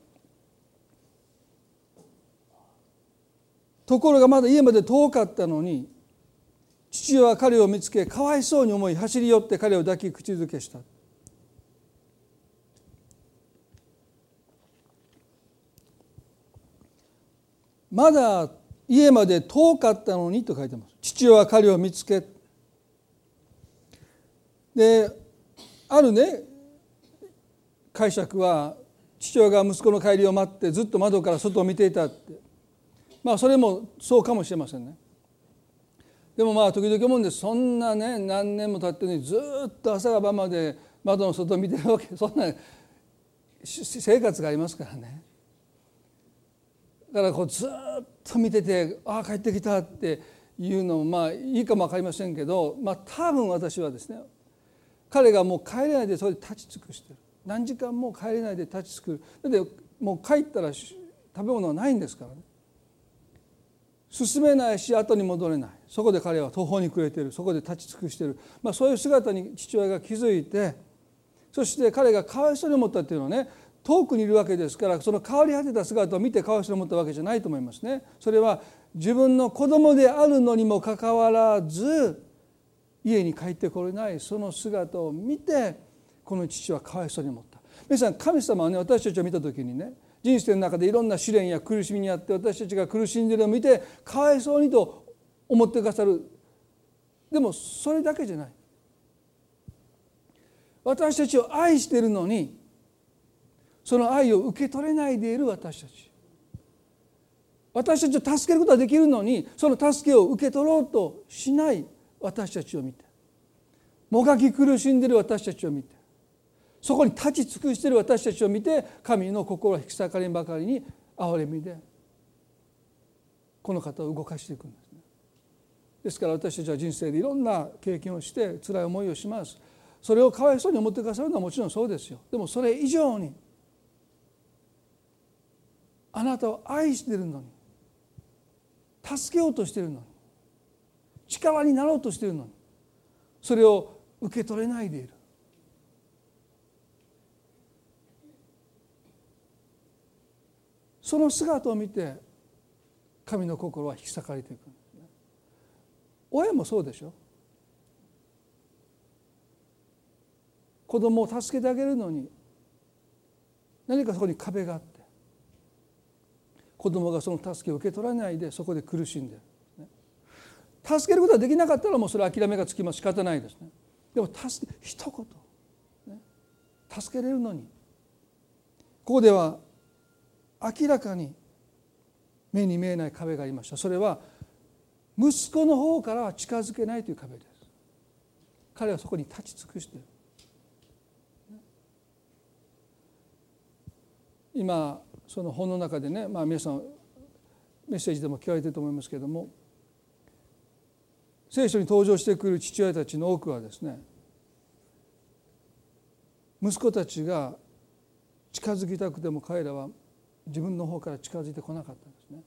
ところがまだ家まで遠かったのに父は彼を見つけ、かわいそうに思い走り寄って彼を抱き口づけした。まだ家まで遠かったのにと書いてます。父は彼を見つけ、であるね解釈は父親が息子の帰りを待ってずっと窓から外を見ていたって、それもそうかもしれませんね。でも時々思うんです。そんなね何年も経ってるのにずっと朝が晩まで窓の外を見てるわけ、そんな生活がありますからね。だからずっと見てて、帰ってきたっていうのもいいかも分かりませんけど、多分私はですね、彼がもう帰れないでそれで立ち尽くしてる、何時間も帰れないで立ち尽くる。だってもう帰ったら食べ物はないんですからね。進めないし後に戻れない。そこで彼は途方に暮れている。そこで立ち尽くしている。そういう姿に父親が気づいて、そして彼がかわいそうに思ったっていうのはね、遠くにいるわけですから、その変わり果てた姿を見てかわいそうに思ったわけじゃないと思いますね。それは自分の子供であるのにもかかわらず家に帰ってこれないその姿を見て、この父はかわいそうに思った。皆さん、神様はね、私たちを見た時にね、人生の中でいろんな試練や苦しみにあって私たちが苦しんでいるのを見てかわいそうにと思ってくださる。でもそれだけじゃない。私たちを愛しているのにその愛を受け取れないでいる私たち、私たちを助けることはできるのにその助けを受け取ろうとしない私たちを見て、もがき苦しんでいる私たちを見て、そこに立ち尽くしている私たちを見て、神の心は引き裂かれんばかりに憐れみでこの方を動かしていくんですね。ですから私たちは人生でいろんな経験をして辛い思いをします。それをかわいそうに思ってくださるのはもちろんそうですよ。でもそれ以上にあなたを愛しているのに、助けようとしているのに、力になろうとしているのに、それを受け取れないでいる。その姿を見て神の心は引き裂かれていくんですね。親もそうでしょ。子供を助けてあげるのに何かそこに壁があって、子供がその助けを受け取らないでそこで苦しんでいる。助けることができなかったらもうそれは諦めがつきます。仕方ないですね。でも一言、助けれるのに、ここでは明らかに目に見えない壁がありました。それは息子の方からは近づけないという壁です。彼はそこに立ち尽くしている。今その本の中でね、皆さんメッセージでも聞かれていると思いますけれども、聖書に登場してくる父親たちの多くはですね、息子たちが近づきたくても彼らは自分の方から近づいてこなかったんですね。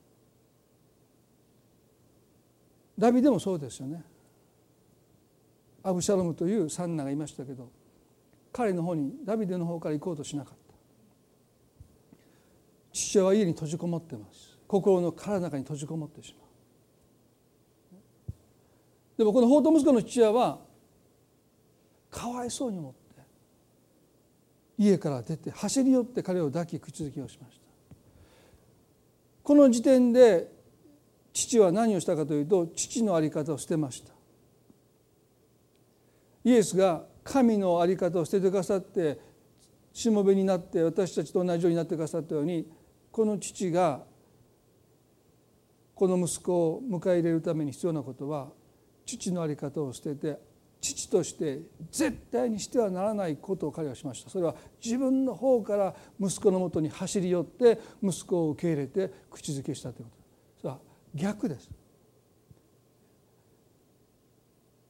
ダビデもそうですよね。アブシャロムという三男がいましたけど、彼の方にダビデの方から行こうとしなかった。父親は家に閉じこもっています。心の殻の中に閉じこもってしまう。でもこの放蕩息子の父親はかわいそうに思って家から出て走り寄って彼を抱き口づけをしました。この時点で父は何をしたかというと、父の在り方を捨てました。イエスが神の在り方を捨ててくださってしもべになって私たちと同じようになってくださったように、この父がこの息子を迎え入れるために必要なことは、父の在り方を捨てて父として絶対にしてはならないことを彼はしました。それは自分の方から息子のもとに走り寄って息子を受け入れて口づけしたということ。それは逆です。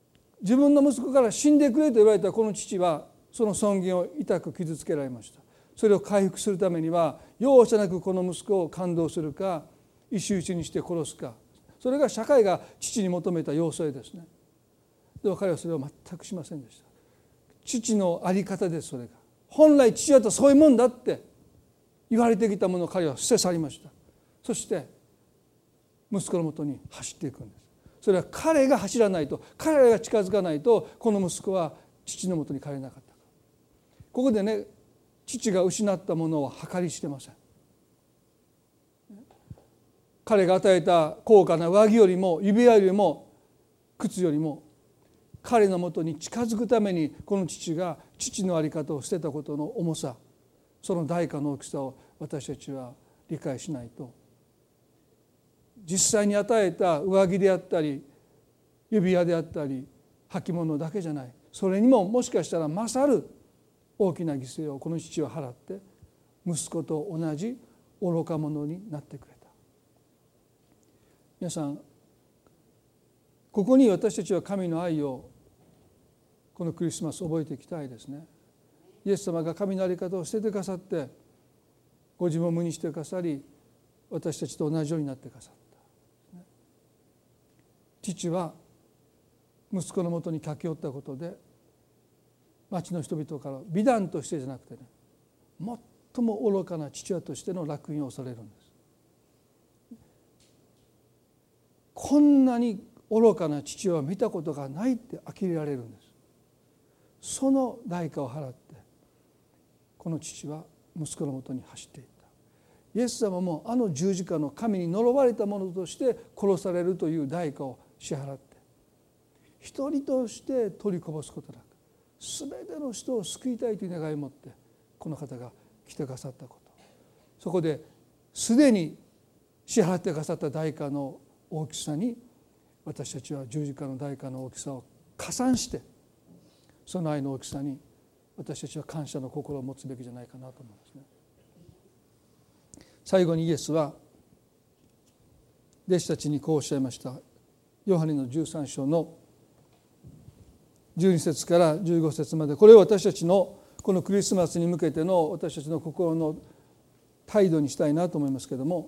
自分の息子から死んでくれと言われたこの父はその尊厳を痛く傷つけられました。 それを回復するためには容赦なくこの息子を勘当するか石打ちにして殺すか、それが社会が父に求めた要請ですね。でも彼はそれを全くしませんでした。父の在り方です。それが本来父親とそういうもんだって言われてきたものを彼は捨て去りました。そして息子のもとに走っていくんです。それは彼が走らないと、彼が近づかないとこの息子は父のもとに帰れなかった。ここでね、父が失ったものは計り知れません。彼が与えた高価な上着よりも指輪よりも靴よりも彼のもとに近づくためにこの父が父の在り方を捨てたことの重さ、その代価の大きさを私たちは理解しないと、実際に与えた上着であったり指輪であったり履物だけじゃない、それにももしかしたら勝る大きな犠牲をこの父は払って息子と同じ愚か者になってくれた。皆さん、ここに私たちは神の愛をこのクリスマス覚えていきたいですね。イエス様が神の在り方を捨ててくださってご自分を無にしてくださり、私たちと同じようになってくださった。父は息子のもとに駆け寄ったことで町の人々から美談としてじゃなくてね、最も愚かな父親としての烙印をされるんです。こんなに愚かな父親を見たことがないって呆れられるんです。その代価を払ってこの父は息子のもとに走っていった。イエス様もあの十字架の神に呪われたものとして殺されるという代価を支払って、一人として取りこぼすことなく全ての人を救いたいという願いを持ってこの方が来てくださったこと、そこですでに支払ってくださった代価の大きさに私たちは十字架の代価の大きさを加算して、その愛の大きさに私たちは感謝の心を持つべきじゃないかなと思いますね。最後にイエスは弟子たちにこうおっしゃいました。ヨハネの13章の12節から15節まで、これを私たちのこのクリスマスに向けての私たちの心の態度にしたいなと思いますけれども、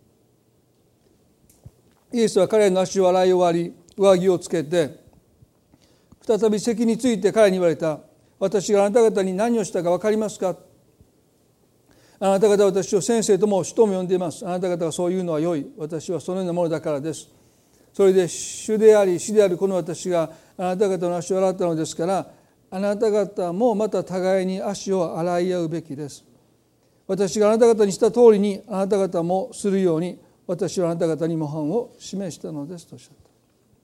イエスは彼らの足を洗い終わり上着をつけて再び席について彼に言われた。私があなた方に何をしたか分かりますか。あなた方は私を先生とも主とも呼んでいます。あなた方がそういうのは良い。私はそのようなものだからです。それで主であり師であるこの私があなた方の足を洗ったのですから、あなた方もまた互いに足を洗い合うべきです。私があなた方にした通りにあなた方もするように私はあなた方に模範を示したのですとおっしゃった。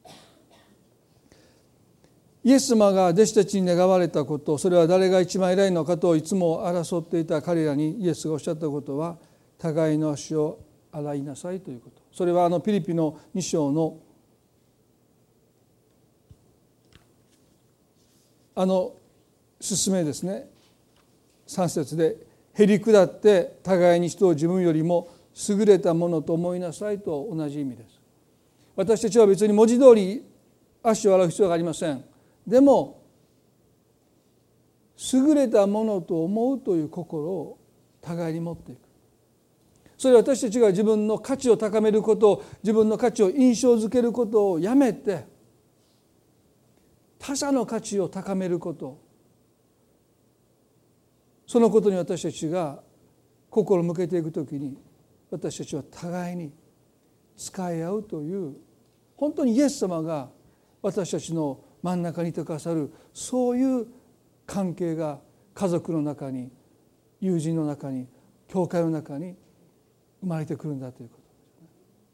イエス様が弟子たちに願われたこと、それは誰が一番偉いのかといつも争っていた彼らにイエスがおっしゃったことは、互いの足を洗いなさいということ。それはピリピの2章の勧めですね。3節でへり下って互いに人を自分よりも優れたものと思いなさいと同じ意味です。私たちは別に文字通り足を洗う必要がありません。でも優れたものと思うという心を互いに持っていく。それは私たちが自分の価値を高めること、自分の価値を印象づけることをやめて、他者の価値を高めること、そのことに私たちが心を向けていくときに、私たちは互いに使い合うという、本当にイエス様が私たちの真ん中にいてくださる、そういう関係が家族の中に、友人の中に、教会の中に生まれてくるんだということですね。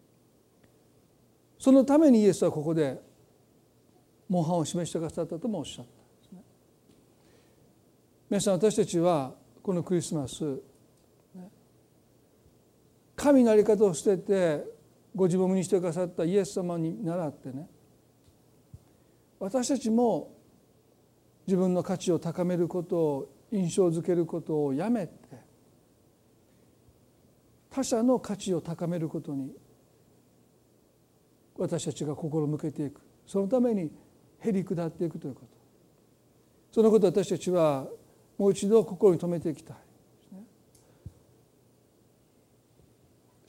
そのためにイエスはここで模範を示してくださったともおっしゃったんですね。皆さん、私たちはこのクリスマス、神の在り方を捨ててご自分を無にしてくださったイエス様に倣ってね、私たちも自分の価値を高めることを、印象づけることをやめて、他者の価値を高めることに私たちが心を向けていく。そのためにへり下っていくということ、そのことを私たちはもう一度心に留めていきたいですね。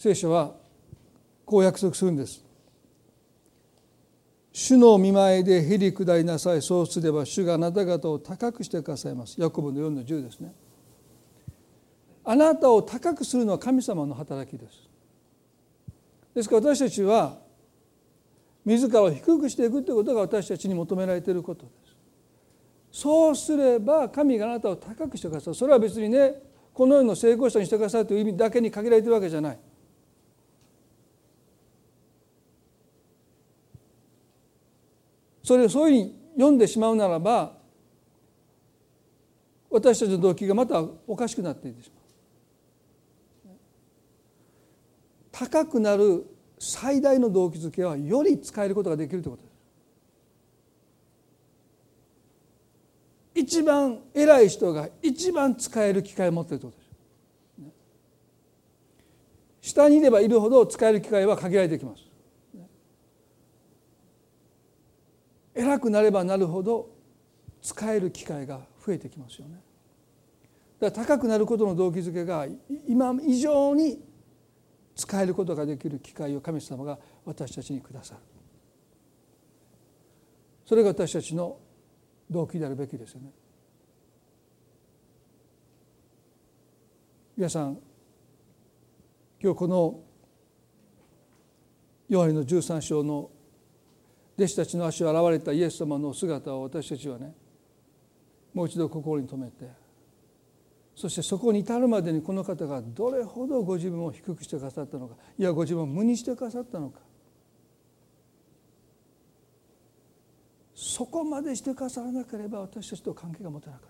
聖書はこう約束するんです。主の御前でへり下りなさい。そうすれば主があなた方を高くしてくださいます。ヤコブの4の10ですね。あなたを高くするのは神様の働きです。ですから私たちは自らを低くしていくということが私たちに求められていることです。そうすれば神があなたを高くしてください。それは別にね、この世の成功者にしてくださいという意味だけに限られているわけじゃない。そういうふうに読んでしまうならば、私たちの動機がまたおかしくなっていってしまう。高くなる最大の動機づけはより使えることができるということです。一番偉い人が一番使える機会を持っているということです。下にいればいるほど使える機会は限られてきます。偉くなればなるほど使える機会が増えてきますよね。だから高くなることの動機づけが今以上に使えることができる機会を神様が私たちにくださる。それが私たちの動機であるべきですよね。皆さん、今日このヨハネの13章の弟子たちの足を洗われたイエス様の姿を私たちはね、もう一度心に留めて、そしてそこに至るまでにこの方がどれほどご自分を低くしてくださったのか、いやご自分を無にしてくださったのか、そこまでしてくださらなければ私たちと関係が持てなかった。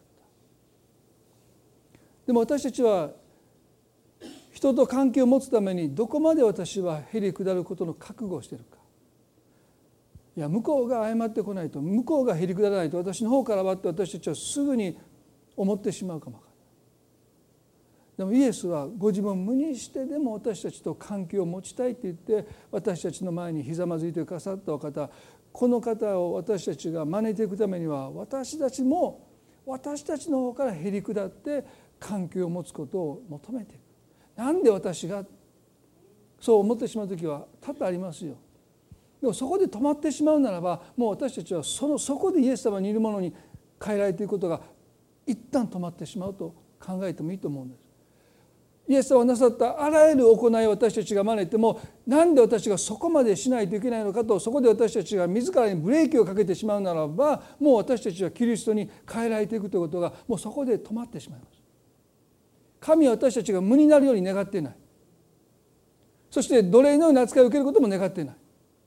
でも私たちは人と関係を持つためにどこまで私はへり下ることの覚悟をしているか。いや向こうが謝ってこないと、向こうがへり下らないと私の方からはって私たちはすぐに思ってしまうかもわからない。でもイエスはご自分を無にしてでも私たちと関係を持ちたいって言って私たちの前にひざまずいてくださったお方、この方を私たちが真似ていくためには私たちも私たちの方からへり下って関係を持つことを求めていく。なんで私がそう思ってしまう時は多々ありますよ。でもそこで止まってしまうならば、もう私たちはそこでイエス様にいるものに変えられていくことが一旦止まってしまうと考えてもいいと思うんです。イエス様がなさったあらゆる行いを私たちが真似ても、なんで私がそこまでしないといけないのかと、そこで私たちが自らにブレーキをかけてしまうならば、もう私たちはキリストに変えられていくということがもうそこで止まってしまいます。神は私たちが無になるように願っていない。そして奴隷のような扱いを受けることも願っていない。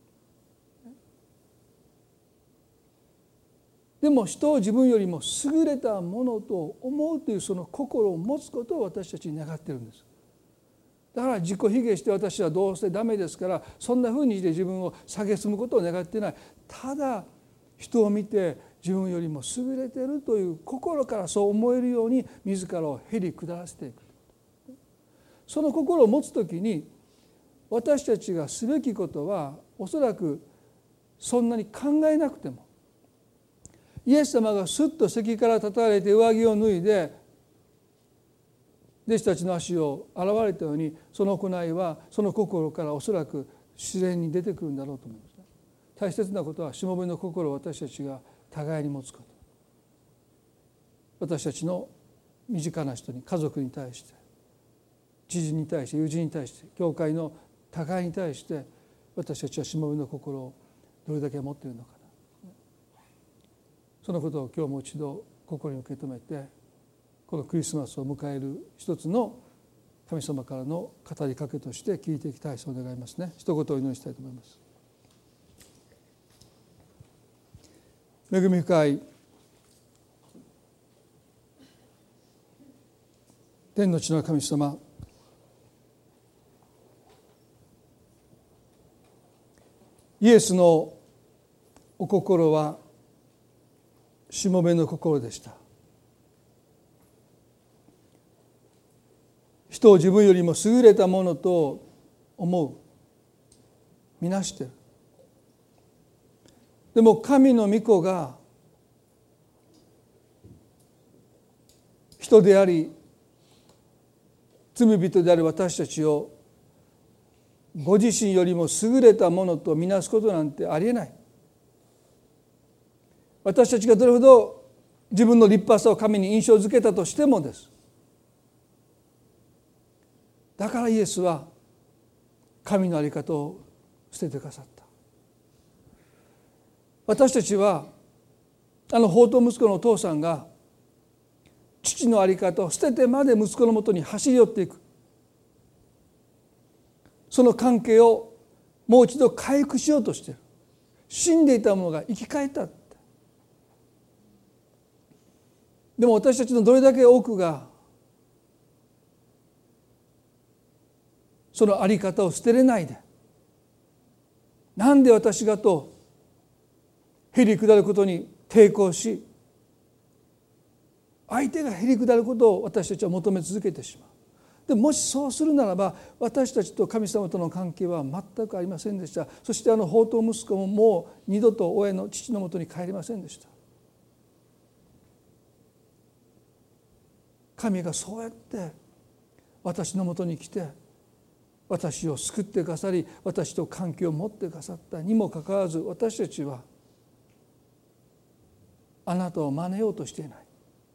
でも人を自分よりも優れたものと思うというその心を持つことを私たちに願っているんです。だから自己卑下して私はどうせダメですからそんなふうにして自分を蔑むことを願っていない。ただ人を見て自分よりも優れているという心からそう思えるように自らをへり下らせていく。その心を持つときに私たちがすべきことはおそらくそんなに考えなくても、イエス様がすっと席から立たれて上着を脱いで弟子たちの足を洗われたように、その行いはその心からおそらく自然に出てくるんだろうと思います。大切なことはしもべの心を私たちが互いに持つこと。私たちの身近な人に、家族に対して、知人に対して、友人に対して、教会の互いに対して私たちはしもべの心をどれだけ持っているのかな。そのことを今日もう一度心に受け止めて、このクリスマスを迎える一つの神様からの語りかけとして聞いていきたい、そう願いますね。一言お祈りしたいと思います。恵み深い天の地の神様、イエスのお心はしもべの心でした。人を自分よりも優れたものと思う、見なしている。でも神の御子が人であり罪人である私たちをご自身よりも優れたものとみなすことなんてありえない。私たちがどれほど自分の立派さを神に印象づけたとしてもです。だからイエスは神の在り方を捨ててくださった。私たちは放蕩息子のお父さんが父の在り方を捨ててまで息子のもとに走り寄っていく、その関係をもう一度回復しようとしている。死んでいたものが生き返った。でも私たちのどれだけ多くがその在り方を捨てれないで、なんで私がとへり下ることに抵抗し、相手がへり下ることを私たちは求め続けてしまう。でもしそうするならば、私たちと神様との関係は全くありませんでした。そして放蕩息子ももう二度と親の父のもとに帰りませんでした。神がそうやって私のもとに来て私を救ってくださり、私と関係を持ってくださったにもかかわらず、私たちはあなたを真似ようとしていない。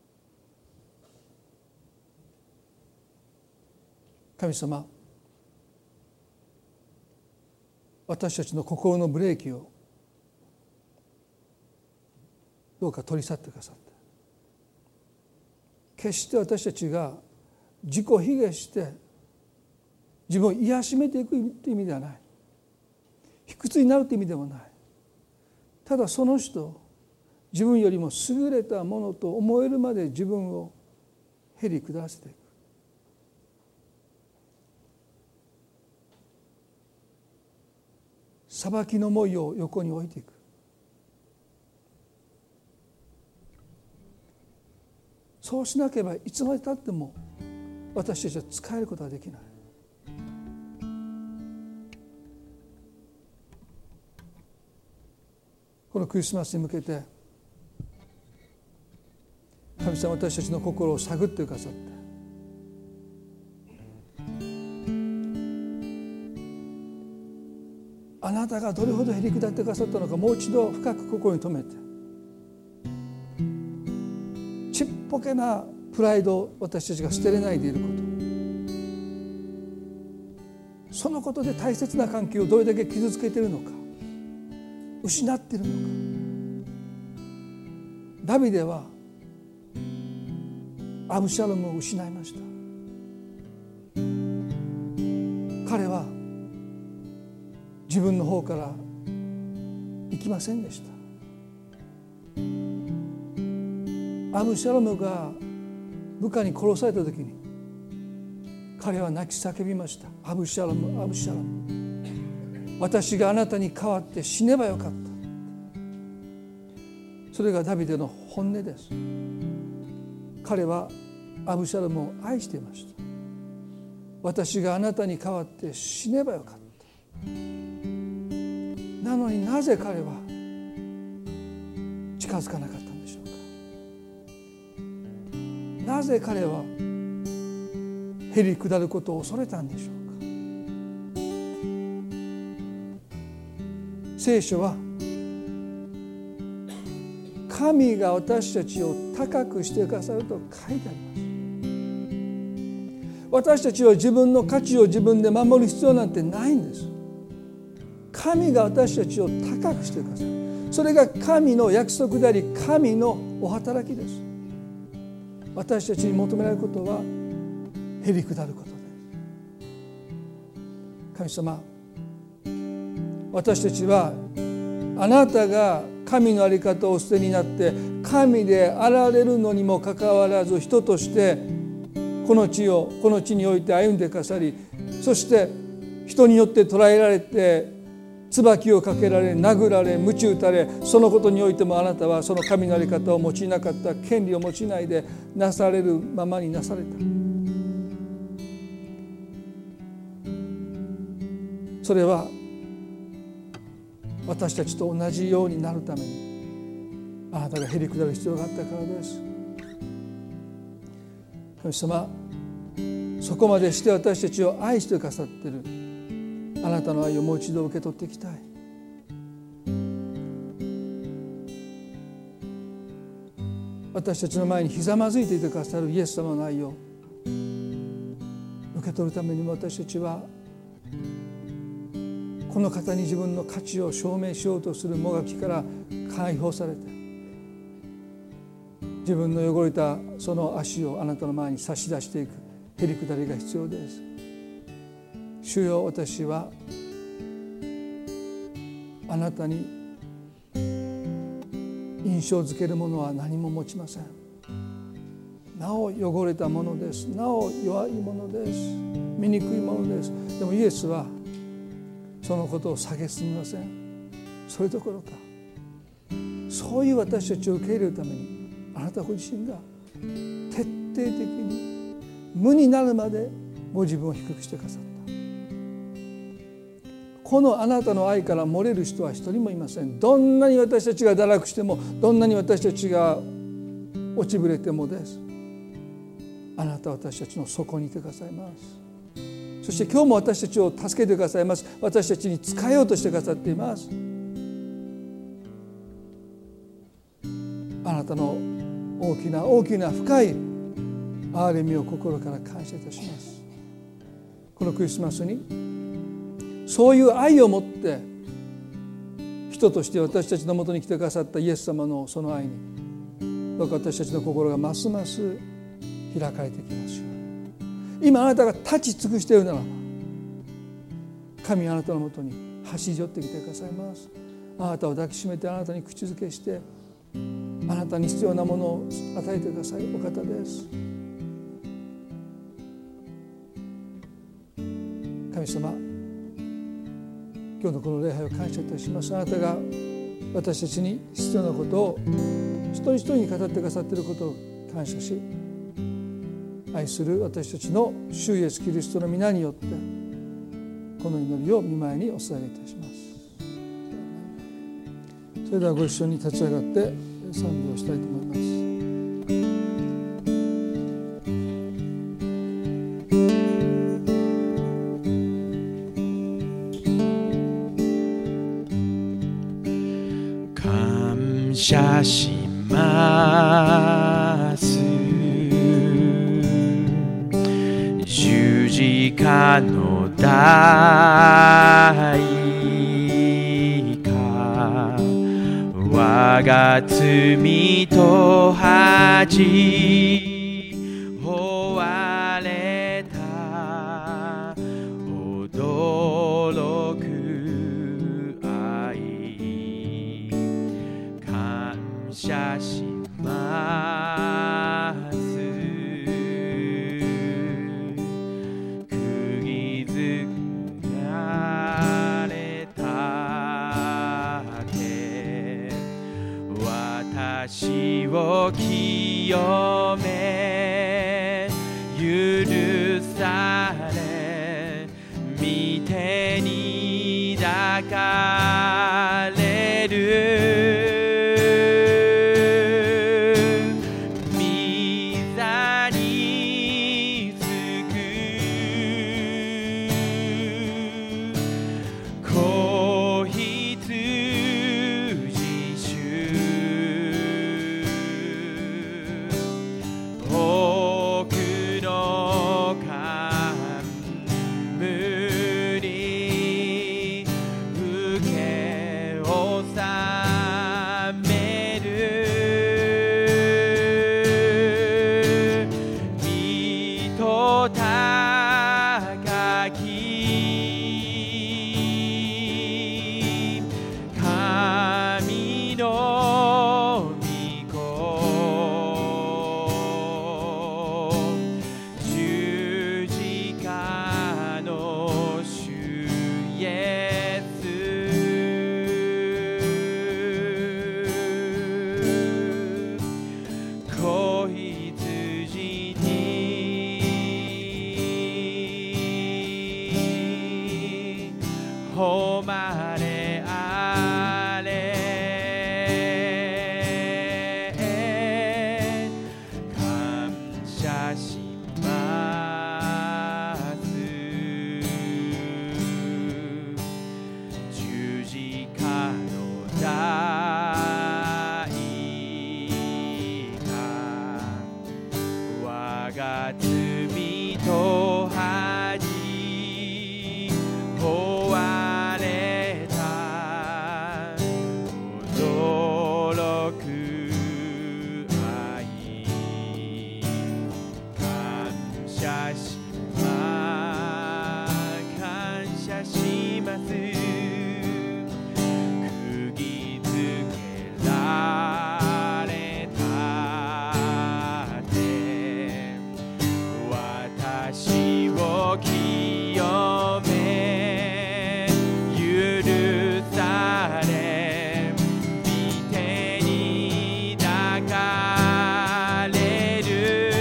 神様、私たちの心のブレーキをどうか取り去ってくださって、決して私たちが自己卑下して自分を癒しめていくという意味ではない、卑屈になるという意味でもない。ただその人、自分よりも優れたものと思えるまで自分をへり下らせていく。裁きの思いを横に置いていく。そうしなければいつまでたっても私たちは使えることはできない。このクリスマスに向けて神様、私たちの心を探ってくださって、あなたがどれほどへり下ってくださったのか、もう一度深く心に留めて、ちっぽけなプライドを私たちが捨てれないでいること、そのことで大切な関係をどれだけ傷つけているのか、失っているのか。ダビデはアブシャロムを失いました。彼は自分の方から行きませんでした。アブシャロムが部下に殺された時に彼は泣き叫びました。アブシャロム、アブシャロム、私があなたに代わって死ねばよかった。それがダビデの本音です。彼はアブシャロムを愛していました。私があなたに代わって死ねばよかった。なのになぜ彼は近づかなかったんでしょうか。なぜ彼はへり下ることを恐れたんでしょうか。聖書は神が私たちを高くしてくださると書いてあります。私たちは自分の価値を自分で守る必要なんてないんです。神が私たちを高くしてくださる。それが神の約束であり、神のお働きです。私たちに求められることはへり下ることです。神様、私たちはあなたが神の在り方をお捨てになって神であられるのにもかかわらず、人としてこの地において歩んでくださり、そして人によって捕らえられて椿をかけられ、殴られ、鞭打たれ、そのことにおいてもあなたはその神の在り方を用いなかった。権利を用いないでなされるままになされた。それは私たちと同じようになるためにあなたがへり下る必要があったからです。神様、そこまでして私たちを愛してくださっているあなたの愛をもう一度受け取っていきたい。私たちの前にひざまずいていてくださるイエス様の愛を受け取るためにも、私たちはこの方に自分の価値を証明しようとするもがきから解放されて、自分の汚れたその足をあなたの前に差し出していくへりくだりが必要です。主よ、私はあなたに印象づけるものは何も持ちません。なお汚れたものです。なお弱いものです。醜いものです。でもイエスはそのことを蔑みません。それどころか、そういう私たちを受け入れるためにあなたご自身が徹底的に無になるまでご自分を低くしてくださった。このあなたの愛から漏れる人は一人もいません。どんなに私たちが堕落しても、どんなに私たちが落ちぶれてもです。あなたは私たちの底にいてくださいます。そして今日も私たちを助けてくださいます。私たちに仕えようとしてくださっています。あなたの大きな大きな深い憐れみを心から感謝いたします。このクリスマスにそういう愛を持って人として私たちのもとに来てくださったイエス様のその愛に、どうか私たちの心がますます開かれていきますように。今あなたが立ち尽くしているならば、神はあなたのもとに走り寄ってきてくださいます。あなたを抱きしめて、あなたに口づけして、あなたに必要なものを与えてくださいお方です。神様、今日のこの礼拝を感謝いたします。あなたが私たちに必要なことを一人一人に語ってくださっていることを感謝し、愛する私たちの主イエスキリストの皆によってこの祈りを御前にお捧げいたします。それではご一緒に立ち上がって賛美をしたいと思います。 感謝します十字架の代価、我が罪と恥負われた驚く愛、感謝します釘付けられた手、私を清め許され、御手に抱かれる、御座につく子羊種、多くの冠に受け納める、御と高き神の御子、十字架の主イエス、子羊に誉れあれ、感謝しますします。釘付けられた手、私を清め許され、御手に抱かれる。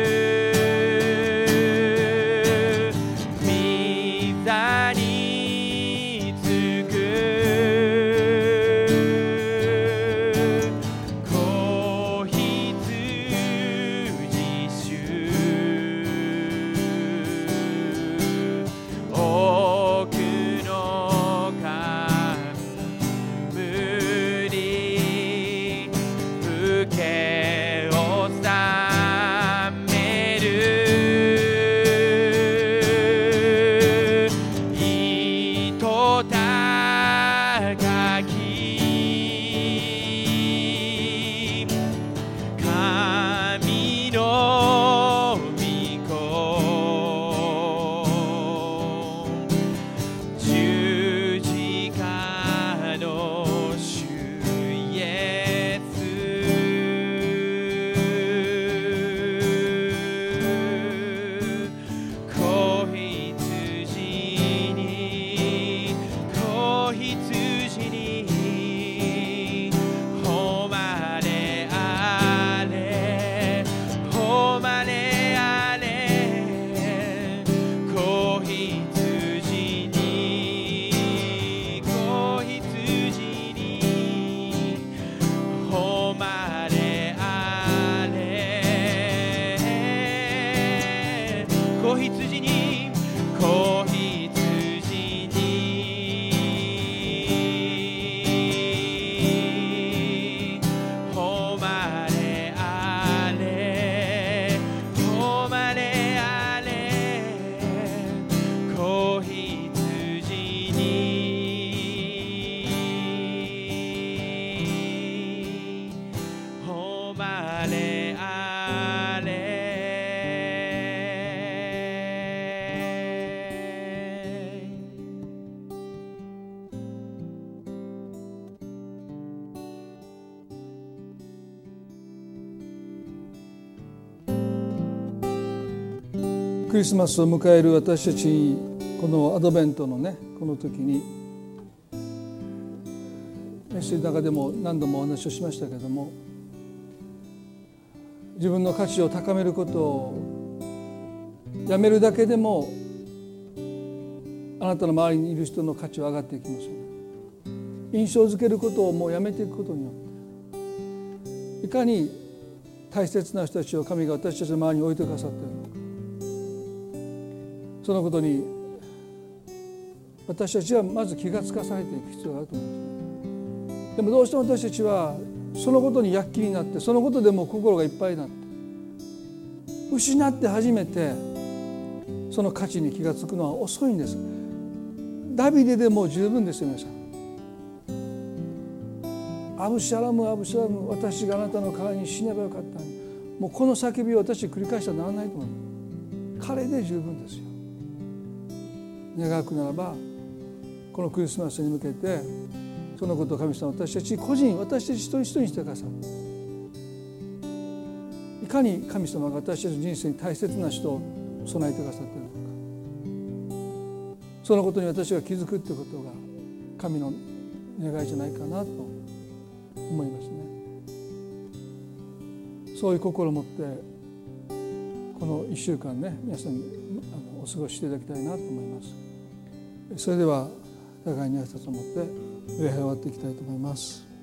御座につく子羊種、多くの冠受け納める。糸高き神の御子、十字架の主イエス、子羊に誉れあれ、誉れあれ。子羊に誉れあれ。子羊に誉れあれ、誉れあれ。子羊に誉れあれ。 クリスマスを迎える私たち、このアドベントのね、この時にメッセージの中でも何度もお話をしましたけども、自分の価値を高めることをやめるだけでもあなたの周りにいる人の価値は上がっていきますよね。印象づけることをもうやめていくことによっていかに大切な人たちを神が私たちの周りに置いてくださっているのか、そのことに私たちはまず気がつかされていく必要があると思います。でもどうしても私たちはそのことに躍起になって、そのことでも心がいっぱいになって、失って初めてその価値に気がつくのは遅いんです。ダビデでも十分ですよ皆さん。アブシャラムアブシャラム、私があなたの代わりに死ねばよかったのに。もうこの叫びを私繰り返してはならないと思う。彼で十分ですよ。願くならばこのクリスマスに向けてそのことを神様、私たち個人、私たち一人一人にしてください。いかに神様が私たちの人生に大切な人を備えてくださっているのか、そのことに私が気づくということが神の願いじゃないかなと思いますね。そういう心を持ってこの1週間ね、皆さんにお過ごししていただきたいなと思います。それでは互いに挨拶を持って礼拝を終わっていきたいと思います。